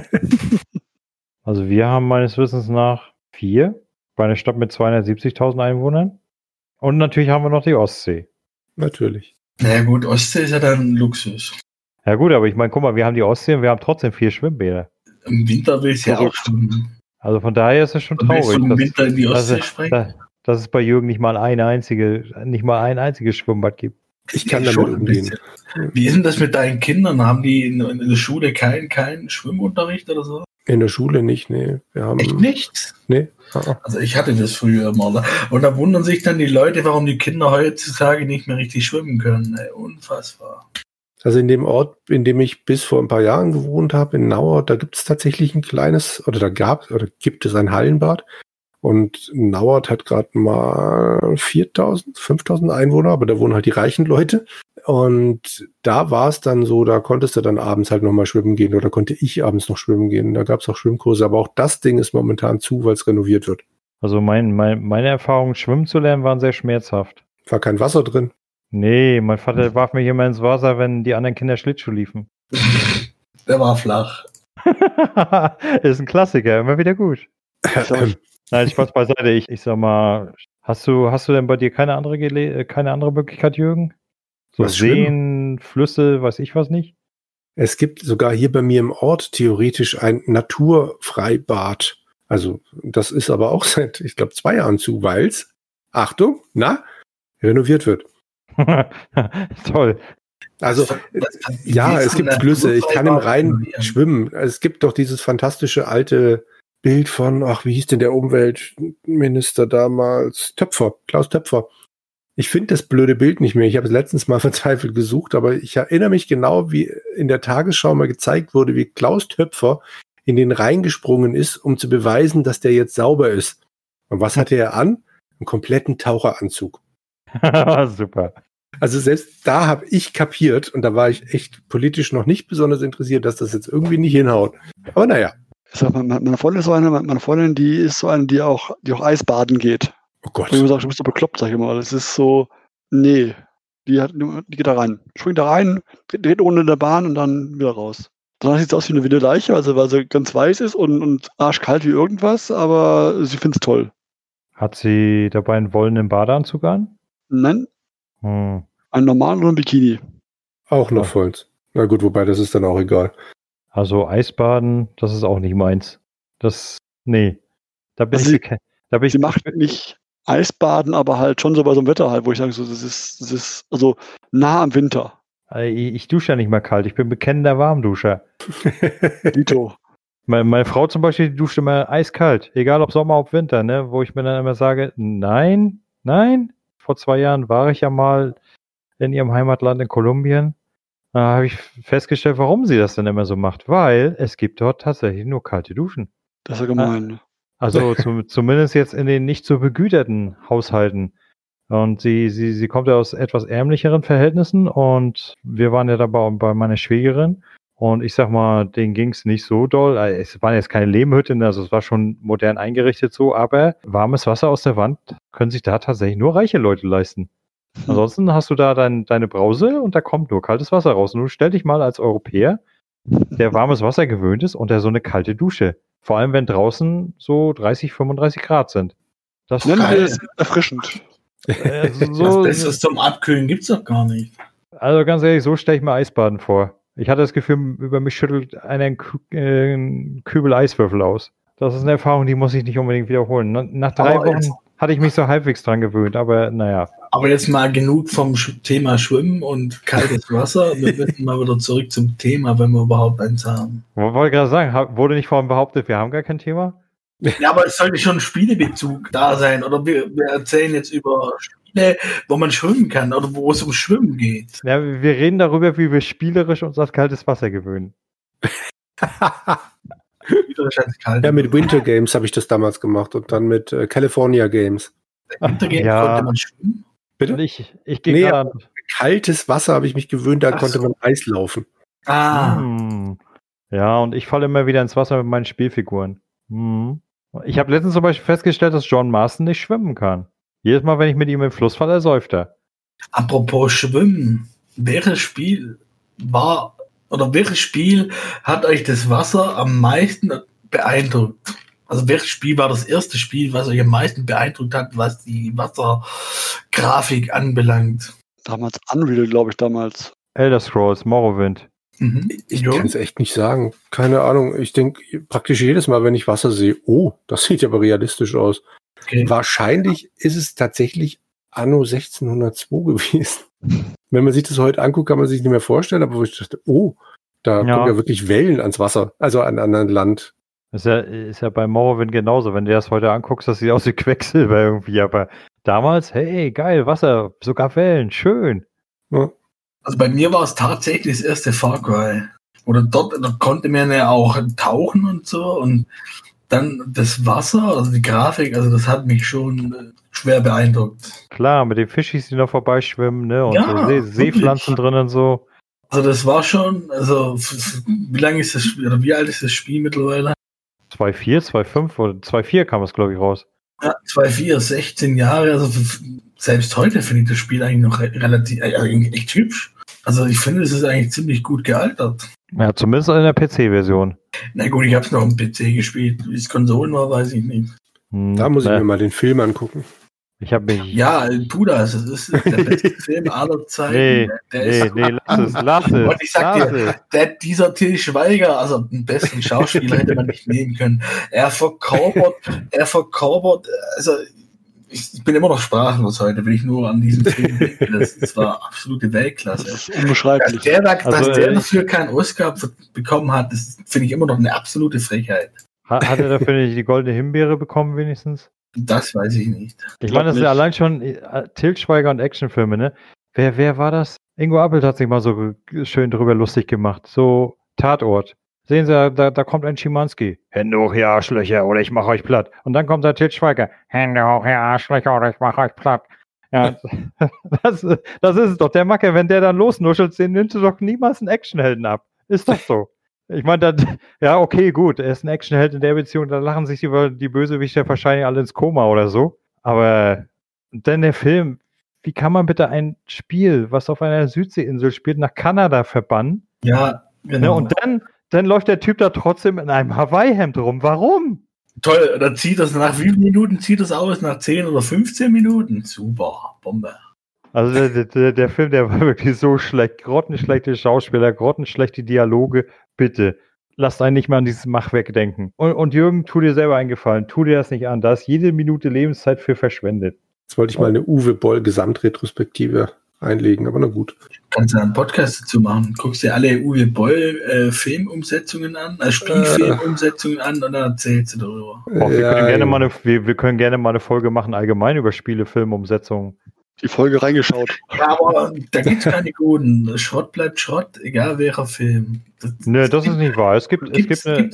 Also wir haben meines Wissens nach 4, bei einer Stadt mit 270.000 Einwohnern. Und natürlich haben wir noch die Ostsee. Natürlich. Naja gut, Ostsee ist ja dann Luxus. Ja gut, aber ich meine, guck mal, wir haben die Ostsee und wir haben trotzdem 4 Schwimmbäder. Im Winter will ich ja auch schwimmen. Also von daher ist es schon traurig, im Winter in die Ostsee springen? Dass es bei Jürgen nicht mal ein einziges Schwimmbad gibt. Ich kann damit umgehen. Wie ist denn das mit deinen Kindern? Haben die in der Schule keinen Schwimmunterricht oder so? In der Schule nicht, nee. Wir haben echt nichts? Nee. Also ich hatte das früher immer. Und da wundern sich dann die Leute, warum die Kinder heutzutage nicht mehr richtig schwimmen können. Unfassbar. Also in dem Ort, in dem ich bis vor ein paar Jahren gewohnt habe, in Nauer, da gibt es tatsächlich ein kleines, gibt es ein Hallenbad. Und Nauert hat gerade mal 4.000, 5.000 Einwohner, aber da wohnen halt die reichen Leute. Und da war es dann so, da konntest du dann abends halt nochmal schwimmen gehen oder konnte ich abends noch schwimmen gehen. Da gab es auch Schwimmkurse, aber auch das Ding ist momentan zu, weil es renoviert wird. Also meine Erfahrungen, schwimmen zu lernen, waren sehr schmerzhaft. War kein Wasser drin? Nee, mein Vater warf mich immer ins Wasser, wenn die anderen Kinder Schlittschuh liefen. Der war flach. Ist ein Klassiker, immer wieder gut. Nein, Spaß beiseite. Ich sag mal, hast du denn bei dir keine andere Möglichkeit, Jürgen? So was Seen, Flüsse, weiß ich was nicht? Es gibt sogar hier bei mir im Ort theoretisch ein Naturfreibad. Also das ist aber auch seit, ich glaube, 2 Jahren zu, weil es, Achtung, renoviert wird. Toll. Also, ja, es gibt Flüsse. Ich kann im Rhein schwimmen. Es gibt doch dieses fantastische alte Bild von, wie hieß denn der Umweltminister damals? Klaus Töpfer. Ich finde das blöde Bild nicht mehr. Ich habe es letztens mal verzweifelt gesucht, aber ich erinnere mich genau, wie in der Tagesschau mal gezeigt wurde, wie Klaus Töpfer in den Rhein gesprungen ist, um zu beweisen, dass der jetzt sauber ist. Und was hatte er an? Einen kompletten Taucheranzug. Super. Also selbst da habe ich kapiert, und da war ich echt politisch noch nicht besonders interessiert, dass das jetzt irgendwie nicht hinhaut. Aber naja. Meine Freundin, die ist so eine, die auch Eisbaden geht. Oh Gott. Und ich sage, du bist so bekloppt, sag ich immer. Das ist so, nee. Die geht da rein. Springt da rein, dreht eine Runde in der Bahn und dann wieder raus. Danach sieht es aus wie eine Leiche, also weil sie ganz weiß ist und arschkalt wie irgendwas, aber sie findet es toll. Hat sie dabei einen wollenen Badeanzug an? Nein. Einen normalen oder ein Bikini. Auch noch vollends. Na gut, wobei, das ist dann auch egal. Also Eisbaden, das ist auch nicht meins. Nee. Da bin Also ich, da bin Sie ich, macht nicht Eisbaden, aber halt schon so bei so einem Wetter halt, wo ich sage, so, das ist also nah am Winter. ich dusche ja nicht mal kalt. Ich bin bekennender Warmduscher. Dito. Meine Frau zum Beispiel, die duscht immer eiskalt, egal ob Sommer, ob Winter, ne? Wo ich mir dann immer sage, nein. Vor 2 Jahren war ich ja mal in ihrem Heimatland in Kolumbien. Da habe ich festgestellt, warum sie das denn immer so macht. Weil es gibt dort tatsächlich nur kalte Duschen. Das ist ja gemein. Also zumindest jetzt in den nicht so begüterten Haushalten. Und sie kommt ja aus etwas ärmlicheren Verhältnissen und wir waren ja dabei bei meiner Schwägerin. Und ich sag mal, denen ging es nicht so doll. Es waren jetzt keine Lehmhütten, also es war schon modern eingerichtet so, aber warmes Wasser aus der Wand können sich da tatsächlich nur reiche Leute leisten. Ansonsten hast du da deine Brause und da kommt nur kaltes Wasser raus. Und du stell dich mal als Europäer, der warmes Wasser gewöhnt ist, unter so eine kalte Dusche. Vor allem, wenn draußen so 30, 35 Grad sind. Das Nennen wir geil. es erfrischend. so, Das Besseres zum Abkühlen gibt's doch gar nicht. Also ganz ehrlich, so stelle ich mir Eisbaden vor. Ich hatte das Gefühl, über mich schüttelt einer einen Kübel Eiswürfel aus. Das ist eine Erfahrung, die muss ich nicht unbedingt wiederholen. Nach 3 Aber Wochen hatte ich mich so halbwegs dran gewöhnt, aber naja. Aber jetzt mal genug vom Thema Schwimmen und kaltes Wasser. Wir müssen mal wieder zurück zum Thema, wenn wir überhaupt eins haben. Wollte gerade sagen, wurde nicht vorhin behauptet, wir haben gar kein Thema? Ja, aber es sollte schon ein Spielebezug da sein. Oder wir erzählen jetzt über Spiele, wo man schwimmen kann oder wo es um Schwimmen geht. Ja, wir reden darüber, wie wir spielerisch uns an kaltes Wasser gewöhnen. Ja, mit Winter Games habe ich das damals gemacht und dann mit California Games. Wintergame Ja. konnte man schwimmen. Bitte? Ich gehe Nee, gerade an. Kaltes Wasser habe ich mich gewöhnt, da Ach konnte so. man Eis laufen. Ja, und ich falle immer wieder ins Wasser mit meinen Spielfiguren. Ich habe letztens zum Beispiel festgestellt, dass John Marston nicht schwimmen kann. Jedes Mal, wenn ich mit ihm im Fluss falle, säuft er. Apropos Schwimmen, welches Spiel hat euch das Wasser am meisten beeindruckt? Also welches Spiel war das erste Spiel, was euch am meisten beeindruckt hat, was die Wassergrafik anbelangt? Damals Unreal, glaube ich, damals. Elder Scrolls, Morrowind. Ich Jo. kann es echt nicht sagen. Keine Ahnung. Ich denke praktisch jedes Mal, wenn ich Wasser sehe, oh, das sieht aber realistisch aus. Okay. Wahrscheinlich ist es tatsächlich Anno 1602 gewesen. Wenn man sich das heute anguckt, kann man sich nicht mehr vorstellen, aber wo ich dachte, oh, da Ja. kommen ja wirklich Wellen ans Wasser, also an ein Land. Ist ja bei Morrowind genauso. Wenn du das heute anguckst, das sieht aus wie Quecksilber irgendwie. Aber damals, hey, geil, Wasser, sogar Wellen, schön. Ja. Also bei mir war es tatsächlich das erste Far Cry. Oder dort da konnte man ja auch tauchen und so. Und dann das Wasser, also die Grafik, also das hat mich schon schwer beeindruckt. Klar, mit den Fischis, die noch vorbeischwimmen, ne? Und Ja, so Seepflanzen drin und so. Also das war schon, also wie lange ist das Spiel, oder wie alt ist das Spiel mittlerweile? 2.4, 2.5 oder 2.4 kam es, glaube ich, raus. Ja, 2,4, 16 Jahre, also selbst heute finde ich das Spiel eigentlich noch relativ, eigentlich echt hübsch. Also ich finde, es ist eigentlich ziemlich gut gealtert. Ja, zumindest in der PC-Version. Na gut, ich habe es noch am PC gespielt. Wie es Konsolen war, weiß ich nicht. Da muss ich mir mal den Film angucken. Ich habe mich. Ja, tu das. Das ist der beste Film aller Zeiten. Nee, lass es. Und ich sag dir, dieser Til Schweiger, also den besten Schauspieler hätte man nicht nehmen können. Er verkörpert, also ich bin immer noch sprachlos heute, wenn ich nur an diesen Film denke. Das war absolute Weltklasse. Das ist unbeschreiblich. Dass der dafür keinen Oscar bekommen hat, das finde ich immer noch eine absolute Frechheit. Hat er dafür nicht die goldene Himbeere bekommen, wenigstens? Das weiß ich nicht. Ich meine, das ist ja allein schon Til Schweiger und Actionfilme, ne? Wer war das? Ingo Appelt hat sich mal so schön drüber lustig gemacht. So Tatort. Sehen Sie, da kommt ein Schimanski. Hände hoch, ihr Arschlöcher, oder ich mache euch platt. Und dann kommt der Til Schweiger. Hände hoch, ihr Arschlöcher, oder ich mache euch platt. Ja, das ist es doch. Der Macke, wenn der dann losnuschelt, den nimmst du doch niemals einen Actionhelden ab. Ist doch so. Ich meine, ja, okay, gut, er ist ein Actionheld in der Beziehung, da lachen sich die Bösewichter wahrscheinlich alle ins Koma oder so. Aber dann der Film, wie kann man bitte ein Spiel, was auf einer Südseeinsel spielt, nach Kanada verbannen? Ja, genau. Ne, und dann läuft der Typ da trotzdem in einem Hawaii-Hemd rum. Warum? Toll, dann zieht das nach wie vielen Minuten zieht das aus? Nach 10 oder 15 Minuten? Super, Bombe. Also der Film, der war wirklich so schlecht. Grottenschlechte Schauspieler, grottenschlechte Dialoge. Bitte, lasst einen nicht mehr an dieses Machwerk denken. Und Jürgen, tu dir selber einen Gefallen. Tu dir das nicht an. Da ist jede Minute Lebenszeit für verschwendet. Jetzt wollte ich mal eine Uwe Boll Gesamtretrospektive einlegen, aber na gut. Kannst du einen Podcast dazu machen? Guckst dir alle Uwe Boll Filmumsetzungen an, Spielfilmumsetzungen an und dann erzählst du darüber. Wir können gerne mal eine Folge machen, allgemein über Spiele, Filmumsetzungen. Die Folge reingeschaut. Ja, aber da gibt es keine guten. Schrott bleibt Schrott, egal welcher Film. Das ist nicht wahr. Es gibt gute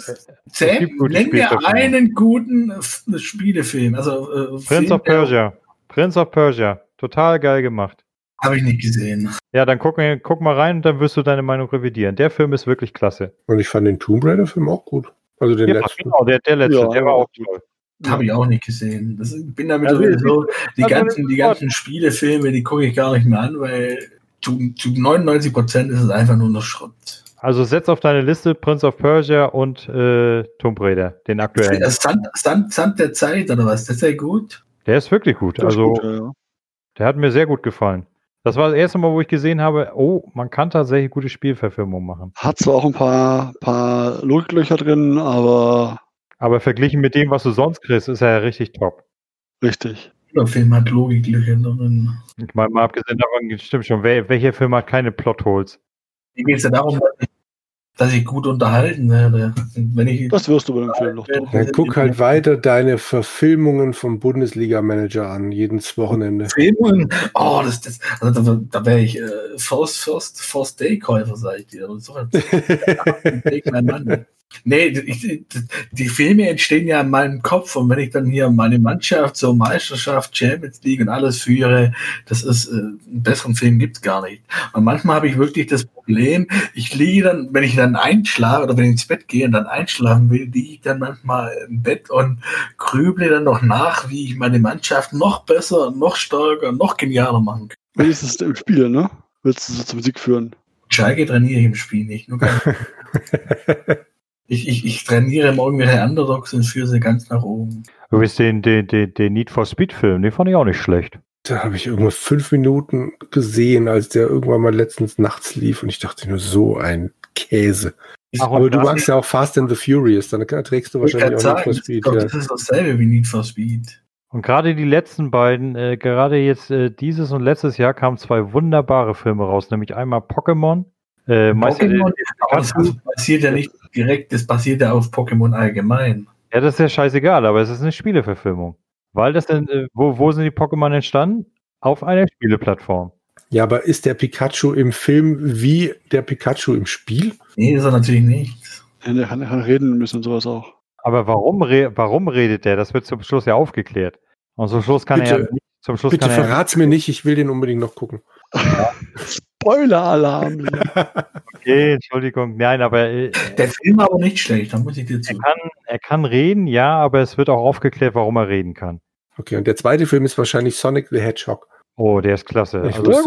nenn mir einen guten Spielefilm. Also, Prince of Persia. Total geil gemacht. Habe ich nicht gesehen. Ja, dann guck mal rein und dann wirst du deine Meinung revidieren. Der Film ist wirklich klasse. Und ich fand den Tomb Raider-Film auch gut. Also den letzten. Genau, der letzte, der war auch toll. Habe ich auch nicht gesehen. Ich bin damit so, die ganzen Spielefilme, die gucke ich gar nicht mehr an, weil zu 99% ist es einfach nur noch Schrott. Also setz auf deine Liste Prince of Persia und Tomb Raider, den aktuellen. Sand der Zeit oder was? Das ist ja gut. Der ist wirklich gut. Der hat mir sehr gut gefallen. Das war das erste Mal, wo ich gesehen habe, man kann tatsächlich gute Spielverfilmungen machen. Hat zwar auch ein paar Logiklöcher drin, aber verglichen mit dem, was du sonst kriegst, ist er ja richtig top. Richtig. Der Film hat Logiklöcher drin. Ich meine, mal abgesehen davon, stimmt schon, welcher Film hat keine Plotholes? Mir geht es ja darum, dass ich gut unterhalten werde. Das wirst du bei dem Film noch. Dann guck halt weiter deine Verfilmungen vom Bundesliga-Manager an, jedes Wochenende. Verfilmungen? Da wäre ich First Day-Käufer, sag ich dir. So mein Mann. Nee, die Filme entstehen ja in meinem Kopf und wenn ich dann hier meine Mannschaft zur Meisterschaft, Champions League und alles führe, das ist, einen besseren Film gibt's gar nicht. Und manchmal habe ich wirklich das Problem, ich liege dann, wenn ich dann einschlafe oder wenn ich ins Bett gehe und dann einschlafen will, liege ich dann manchmal im Bett und grüble dann noch nach, wie ich meine Mannschaft noch besser, noch stärker, noch genialer machen kann. Wie ist es im Spiel, ne? Willst du so zum Sieg führen? Schalke trainiere ich im Spiel nicht, nur ganz Ich trainiere morgen wieder Underdogs und führe sie ganz nach oben. Du bist den Need for Speed Film, den fand ich auch nicht schlecht. Da habe ich irgendwo 5 Minuten gesehen, als der irgendwann mal letztens nachts lief und ich dachte nur, so ein Käse. Aber du magst ja auch Fast and the Furious, dann trägst du wahrscheinlich auch Need for Speed. Das ist dasselbe wie Need for Speed. Und gerade die letzten beiden, gerade jetzt dieses und letztes Jahr kamen 2 wunderbare Filme raus, nämlich einmal Pokémon. Pokémon, das passiert ja nicht direkt, das basiert ja auf Pokémon allgemein. Ja, das ist ja scheißegal, aber es ist eine Spieleverfilmung. Weil das denn, wo sind die Pokémon entstanden? Auf einer Spieleplattform. Ja, aber ist der Pikachu im Film wie der Pikachu im Spiel? Nee, ist er natürlich nicht. Ja, der kann reden müssen und sowas auch. Aber warum redet der? Das wird zum Schluss ja aufgeklärt. Und zum Schluss kann er ja nicht. Bitte verrat's mir nicht, ich will den unbedingt noch gucken. Spoiler-Alarm. Okay, Entschuldigung. Nein, aber der Film war aber nicht schlecht, da muss ich dir zu. Er kann reden, ja, aber es wird auch aufgeklärt, warum er reden kann. Okay, und der zweite Film ist wahrscheinlich Sonic the Hedgehog. Oh, der ist klasse.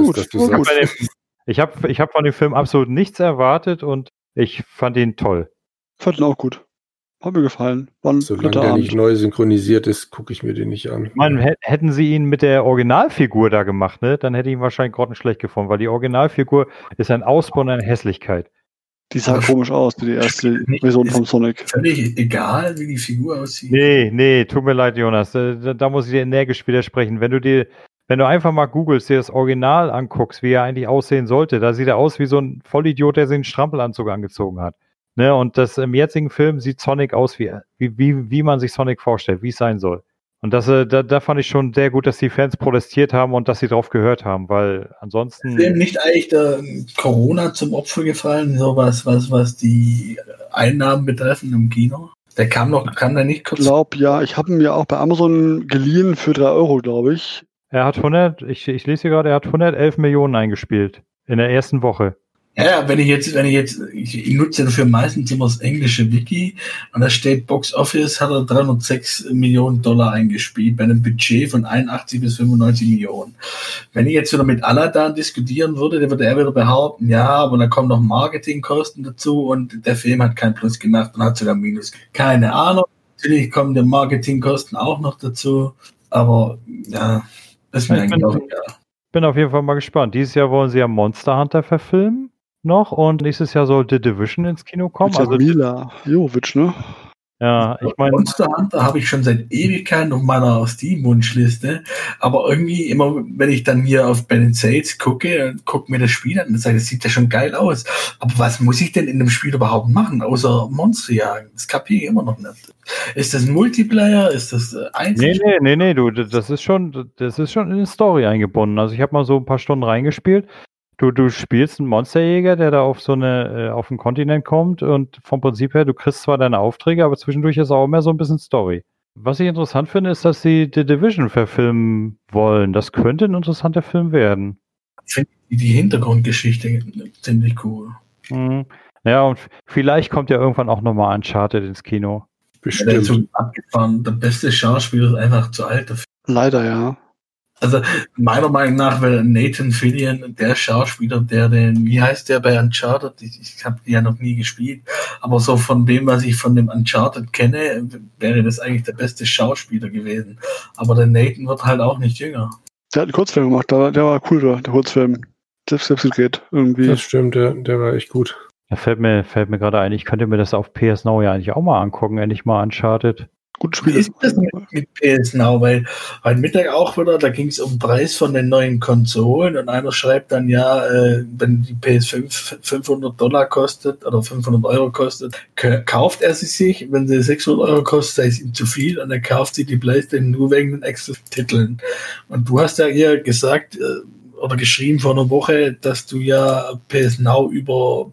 Ich habe von dem Film absolut nichts erwartet und ich fand ihn toll. Fand ihn auch gut. Hat mir gefallen. Solange der nicht neu synchronisiert ist, gucke ich mir den nicht an. Ich meine, hätten sie ihn mit der Originalfigur da gemacht, ne, dann hätte ich ihn wahrscheinlich grottenschlecht gefunden, weil die Originalfigur ist ein Ausbau und eine Hässlichkeit. Die sah komisch aus, wie die erste Version von Sonic. Völlig egal, wie die Figur aussieht. Nee, tut mir leid, Jonas. Da muss ich dir energisch widersprechen. Wenn du einfach mal googelst, dir das Original anguckst, wie er eigentlich aussehen sollte, da sieht er aus wie so ein Vollidiot, der sich einen Strampelanzug angezogen hat. Ne, und das im jetzigen Film sieht Sonic aus, wie man sich Sonic vorstellt, wie es sein soll. Und da fand ich schon sehr gut, dass die Fans protestiert haben und dass sie drauf gehört haben, weil ansonsten... Ist dem nicht eigentlich der Corona zum Opfer gefallen, sowas, was die Einnahmen betreffen im Kino? Der kam da nicht kurz... Ich glaube, ja, ich habe ihn mir auch bei Amazon geliehen für 3 €, glaube ich. Er hat ich lese hier gerade, er hat 111 Millionen eingespielt in der ersten Woche. Ja, ich nutze dafür meistens immer das englische Wiki und da steht Box Office hat er 306 Millionen $ eingespielt bei einem Budget von 81 bis 95 Millionen. Wenn ich jetzt wieder mit Aladdin diskutieren würde, dann würde er wieder behaupten, ja, aber da kommen noch Marketingkosten dazu und der Film hat kein Plus gemacht und hat sogar Minus. Keine Ahnung, natürlich kommen die Marketingkosten auch noch dazu, aber ja, das ist mir eigentlich auch egal. Ich bin auf jeden Fall mal gespannt. Dieses Jahr wollen sie ja Monster Hunter verfilmen. noch und nächstes Jahr soll The Division ins Kino kommen. Mit der Mila Jovovich, ne? Ja, ich meine. Monster Hunter habe ich schon seit Ewigkeiten auf meiner Steam-Wunschliste, aber irgendwie immer, wenn ich dann hier auf Ben & Sales gucke und gucke mir das Spiel an und sage, das sieht ja schon geil aus. Aber was muss ich denn in dem Spiel überhaupt machen, außer Monster jagen? Das kapiere ich immer noch nicht. Ist das ein Multiplayer? Ist das Einzelspieler? Nee, du, das ist schon in die Story eingebunden. Also ich habe mal so ein paar Stunden reingespielt. Du spielst einen Monsterjäger, der da auf auf den Kontinent kommt und vom Prinzip her, du kriegst zwar deine Aufträge, aber zwischendurch ist auch immer so ein bisschen Story. Was ich interessant finde, ist, dass sie The Division verfilmen wollen. Das könnte ein interessanter Film werden. Ich finde die Hintergrundgeschichte ziemlich cool. Mhm. Ja, und vielleicht kommt ja irgendwann auch nochmal Uncharted ins Kino. Bestimmt. Der ist so abgefahren. Der beste Schauspieler ist einfach zu alt dafür. Leider, ja. Also meiner Meinung nach wäre Nathan Fillion der Schauspieler, wie heißt der bei Uncharted? Ich habe die ja noch nie gespielt, aber so von dem, was ich von dem Uncharted kenne, wäre das eigentlich der beste Schauspieler gewesen. Aber der Nathan wird halt auch nicht jünger. Der hat einen Kurzfilm gemacht, der war cool, der Kurzfilm. Selbst gedreht, irgendwie. Das stimmt, der war echt gut. Da fällt mir gerade ein, ich könnte mir das auf PS Now ja eigentlich auch mal angucken, endlich mal Uncharted. Gutes Wie Spiel. ist das mit PS Now? Weil heute Mittag auch wieder, da ging es um den Preis von den neuen Konsolen und einer schreibt dann, ja, wenn die PS5 $500 kostet oder 500 Euro kostet, kauft er sie sich. Wenn sie 600 Euro kostet, sei es ihm zu viel und er kauft sie die PlayStation nur wegen den extra Titeln. Und du hast ja hier gesagt oder geschrieben vor einer Woche, dass du ja PS Now über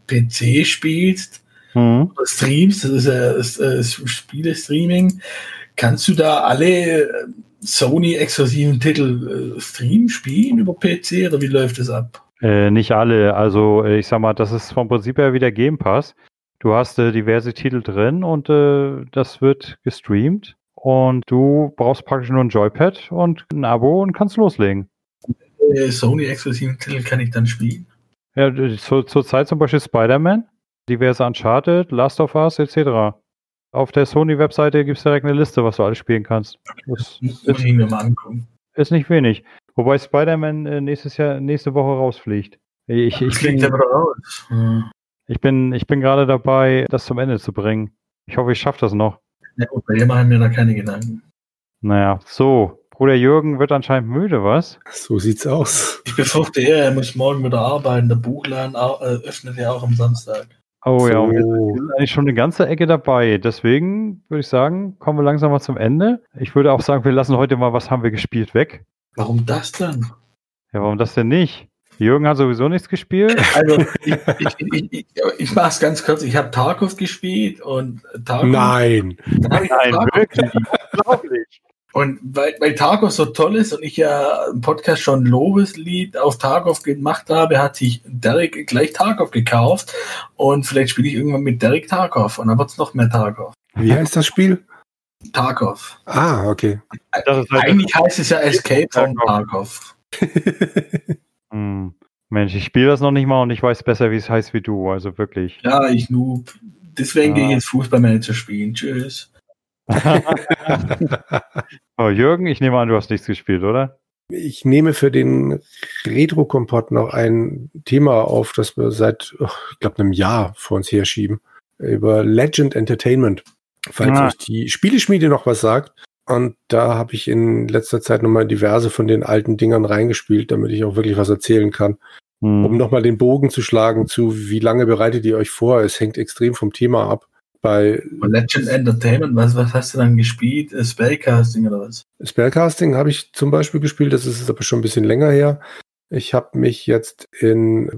PC spielst. Oder streamst, das ist ja Spiele-Streaming. Kannst du da alle Sony-exklusiven Titel streamen, spielen über PC oder wie läuft das ab? Nicht alle, also ich sag mal, das ist vom Prinzip her wieder Game Pass. Du hast diverse Titel drin und das wird gestreamt und du brauchst praktisch nur ein Joypad und ein Abo und kannst loslegen. Sony-exklusiven Titel kann ich dann spielen? Ja, zur Zeit zum Beispiel Spider-Man, diverse Uncharted, Last of Us etc. Auf der Sony-Webseite gibt es direkt eine Liste, was du alles spielen kannst. Das Muss ich mir mal angucken. ist nicht wenig. Wobei Spider-Man nächste Woche rausfliegt. Ich Fliegt ja wieder raus. bin gerade dabei, das zum Ende zu bringen. Ich hoffe, ich schaffe das noch. Ja, gut, bei dir machen wir da keine Gedanken. Naja, so. Bruder Jürgen wird anscheinend müde, was? So sieht's aus. Ich befürchte er muss morgen wieder arbeiten. Der Buchladen öffnet ja auch am Samstag. Oh So. ja, und wir sind eigentlich schon eine ganze Ecke dabei. Deswegen würde ich sagen, kommen wir langsam mal zum Ende. Ich würde auch sagen, wir lassen heute mal, was haben wir gespielt, weg. Warum das dann? Ja, warum das denn nicht? Jürgen hat sowieso nichts gespielt. Also, ich mache es ganz kurz. Ich habe Tarkov gespielt und Tarkov. Nein. Nein, wirklich. Unglaublich. Und weil Tarkov so toll ist und ich ja im Podcast schon ein Lobeslied auf Tarkov gemacht habe, hat sich Derek gleich Tarkov gekauft und vielleicht spiele ich irgendwann mit Derek Tarkov und dann wird es noch mehr Tarkov. Wie heißt das Spiel? Tarkov. Ah, okay. Das ist halt Eigentlich heißt es ja Escape from Tarkov. Mensch, ich spiele das noch nicht mal und ich weiß besser, wie es heißt wie du. Also wirklich. Ja, ich Noob. Deswegen gehe ich jetzt Fußballmanager spielen. Tschüss. Oh, Jürgen, ich nehme an, du hast nichts gespielt, oder? Ich nehme für den Retro-Kompott noch ein Thema auf, das wir seit, ich glaube, einem Jahr vor uns herschieben. Über Legend Entertainment. Falls euch die Spieleschmiede noch was sagt. Und da habe ich in letzter Zeit nochmal diverse von den alten Dingern reingespielt, damit ich auch wirklich was erzählen kann. Um nochmal den Bogen zu schlagen zu, wie lange bereitet ihr euch vor? Es hängt extrem vom Thema ab. Bei Legend Entertainment, was hast du dann gespielt? Spellcasting oder was? Spellcasting habe ich zum Beispiel gespielt, das ist aber schon ein bisschen länger her. Ich habe mich jetzt in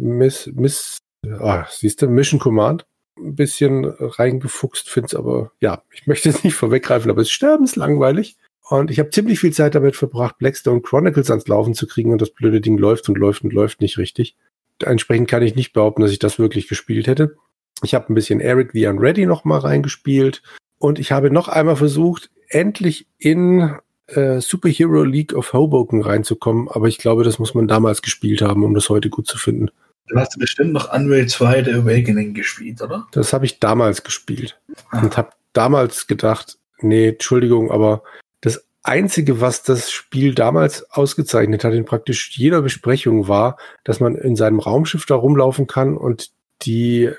Mission Command ein bisschen reingefuchst, finde es aber, ja, ich möchte es nicht vorweggreifen, aber es ist sterbenslangweilig. Und ich habe ziemlich viel Zeit damit verbracht, Blackstone Chronicles ans Laufen zu kriegen und das blöde Ding läuft nicht richtig. Entsprechend kann ich nicht behaupten, dass ich das wirklich gespielt hätte. Ich habe ein bisschen Eric the Unready noch mal reingespielt und ich habe noch einmal versucht, endlich in Superhero League of Hoboken reinzukommen, aber ich glaube, das muss man damals gespielt haben, um das heute gut zu finden. Dann hast du bestimmt noch Unreal 2 The Awakening gespielt, oder? Das habe ich damals gespielt und habe damals gedacht, nee, Entschuldigung, aber das Einzige, was das Spiel damals ausgezeichnet hat in praktisch jeder Besprechung, war, dass man in seinem Raumschiff da rumlaufen kann und die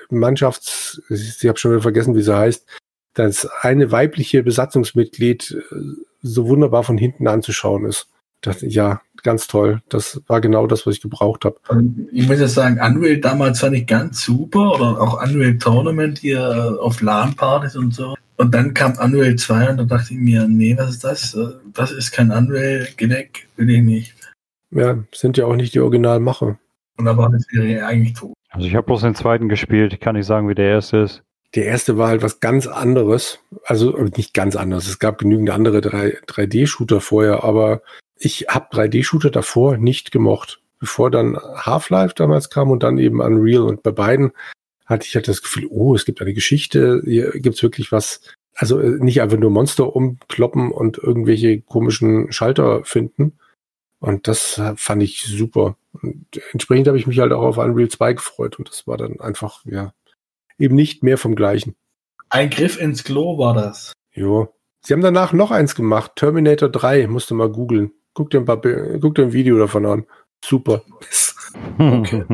ich habe schon wieder vergessen, wie sie heißt, das eine weibliche Besatzungsmitglied so wunderbar von hinten anzuschauen ist. Das, ja, ganz toll. Das war genau das, was ich gebraucht habe. Ich muss ja sagen, Unreal damals fand ich ganz super, oder auch Unreal Tournament hier auf LAN-Partys und so. Und dann kam Unreal 2 und da dachte ich mir, nee, was ist das? Das ist kein Unreal, geh weg, will ich nicht. Ja, sind ja auch nicht die Originalmacher. Und da war die Serie eigentlich tot. Also ich habe bloß den zweiten gespielt, ich kann nicht sagen, wie der erste ist. Der erste war halt was ganz anderes. Also nicht ganz anderes. Es gab genügend andere 3D-Shooter vorher, aber ich habe 3D-Shooter davor nicht gemocht. Bevor dann Half-Life damals kam und dann eben Unreal. Und bei beiden hatte ich halt das Gefühl, oh, es gibt eine Geschichte, hier gibt's wirklich was. Also nicht einfach nur Monster umkloppen und irgendwelche komischen Schalter finden. Und das fand ich super. Und entsprechend habe ich mich halt auch auf Unreal 2 gefreut. Und das war dann einfach, ja, eben nicht mehr vom Gleichen. Ein Griff ins Klo war das. Jo. Sie haben danach noch eins gemacht. Terminator 3, musst du mal googeln. Guck dir ein Video davon an. Super. Okay.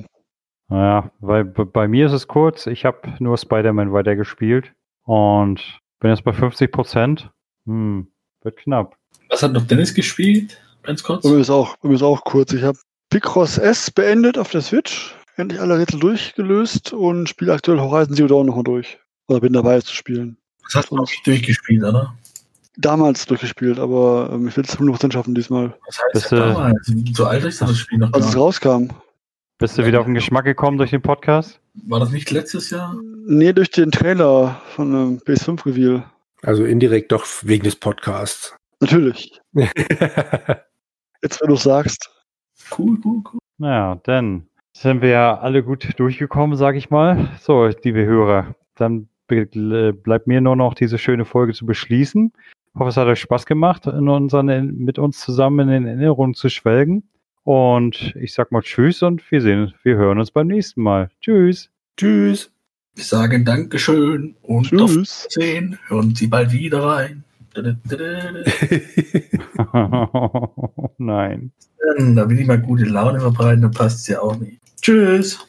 Naja, weil bei mir ist es kurz. Ich habe nur Spider-Man weitergespielt und bin jetzt bei 50%. Wird knapp. Was hat noch Dennis gespielt? Ganz kurz. Bei mir ist auch kurz. Ich habe Picross S beendet auf der Switch. Endlich alle Rätsel durchgelöst und spiele aktuell Horizon Zero Dawn nochmal durch. Oder bin dabei, es zu spielen. Das hast du noch nicht durchgespielt, oder? Damals durchgespielt, aber ich will es 100% schaffen diesmal. Was heißt damals? So alt ist das Spiel noch gar Als es nicht. rauskam. Bist du wieder auf den Geschmack gekommen durch den Podcast? War das nicht letztes Jahr? Nee, durch den Trailer von einem PS5-Reveal. Also indirekt doch wegen des Podcasts. Natürlich. Jetzt, wenn du es sagst. Cool. Naja, dann sind wir ja alle gut durchgekommen, sag ich mal. So, liebe Hörer, dann bleibt mir nur noch diese schöne Folge zu beschließen. Ich hoffe, es hat euch Spaß gemacht, mit uns zusammen in den Erinnerungen zu schwelgen. Und ich sag mal Tschüss und wir hören uns beim nächsten Mal. Tschüss. Tschüss. Ich sage Dankeschön und Tschüss. auf Wiedersehen. Hören Sie bald wieder rein. Nein. Da will ich mal gute Laune verbreiten, dann passt es ja auch nicht. Tschüss.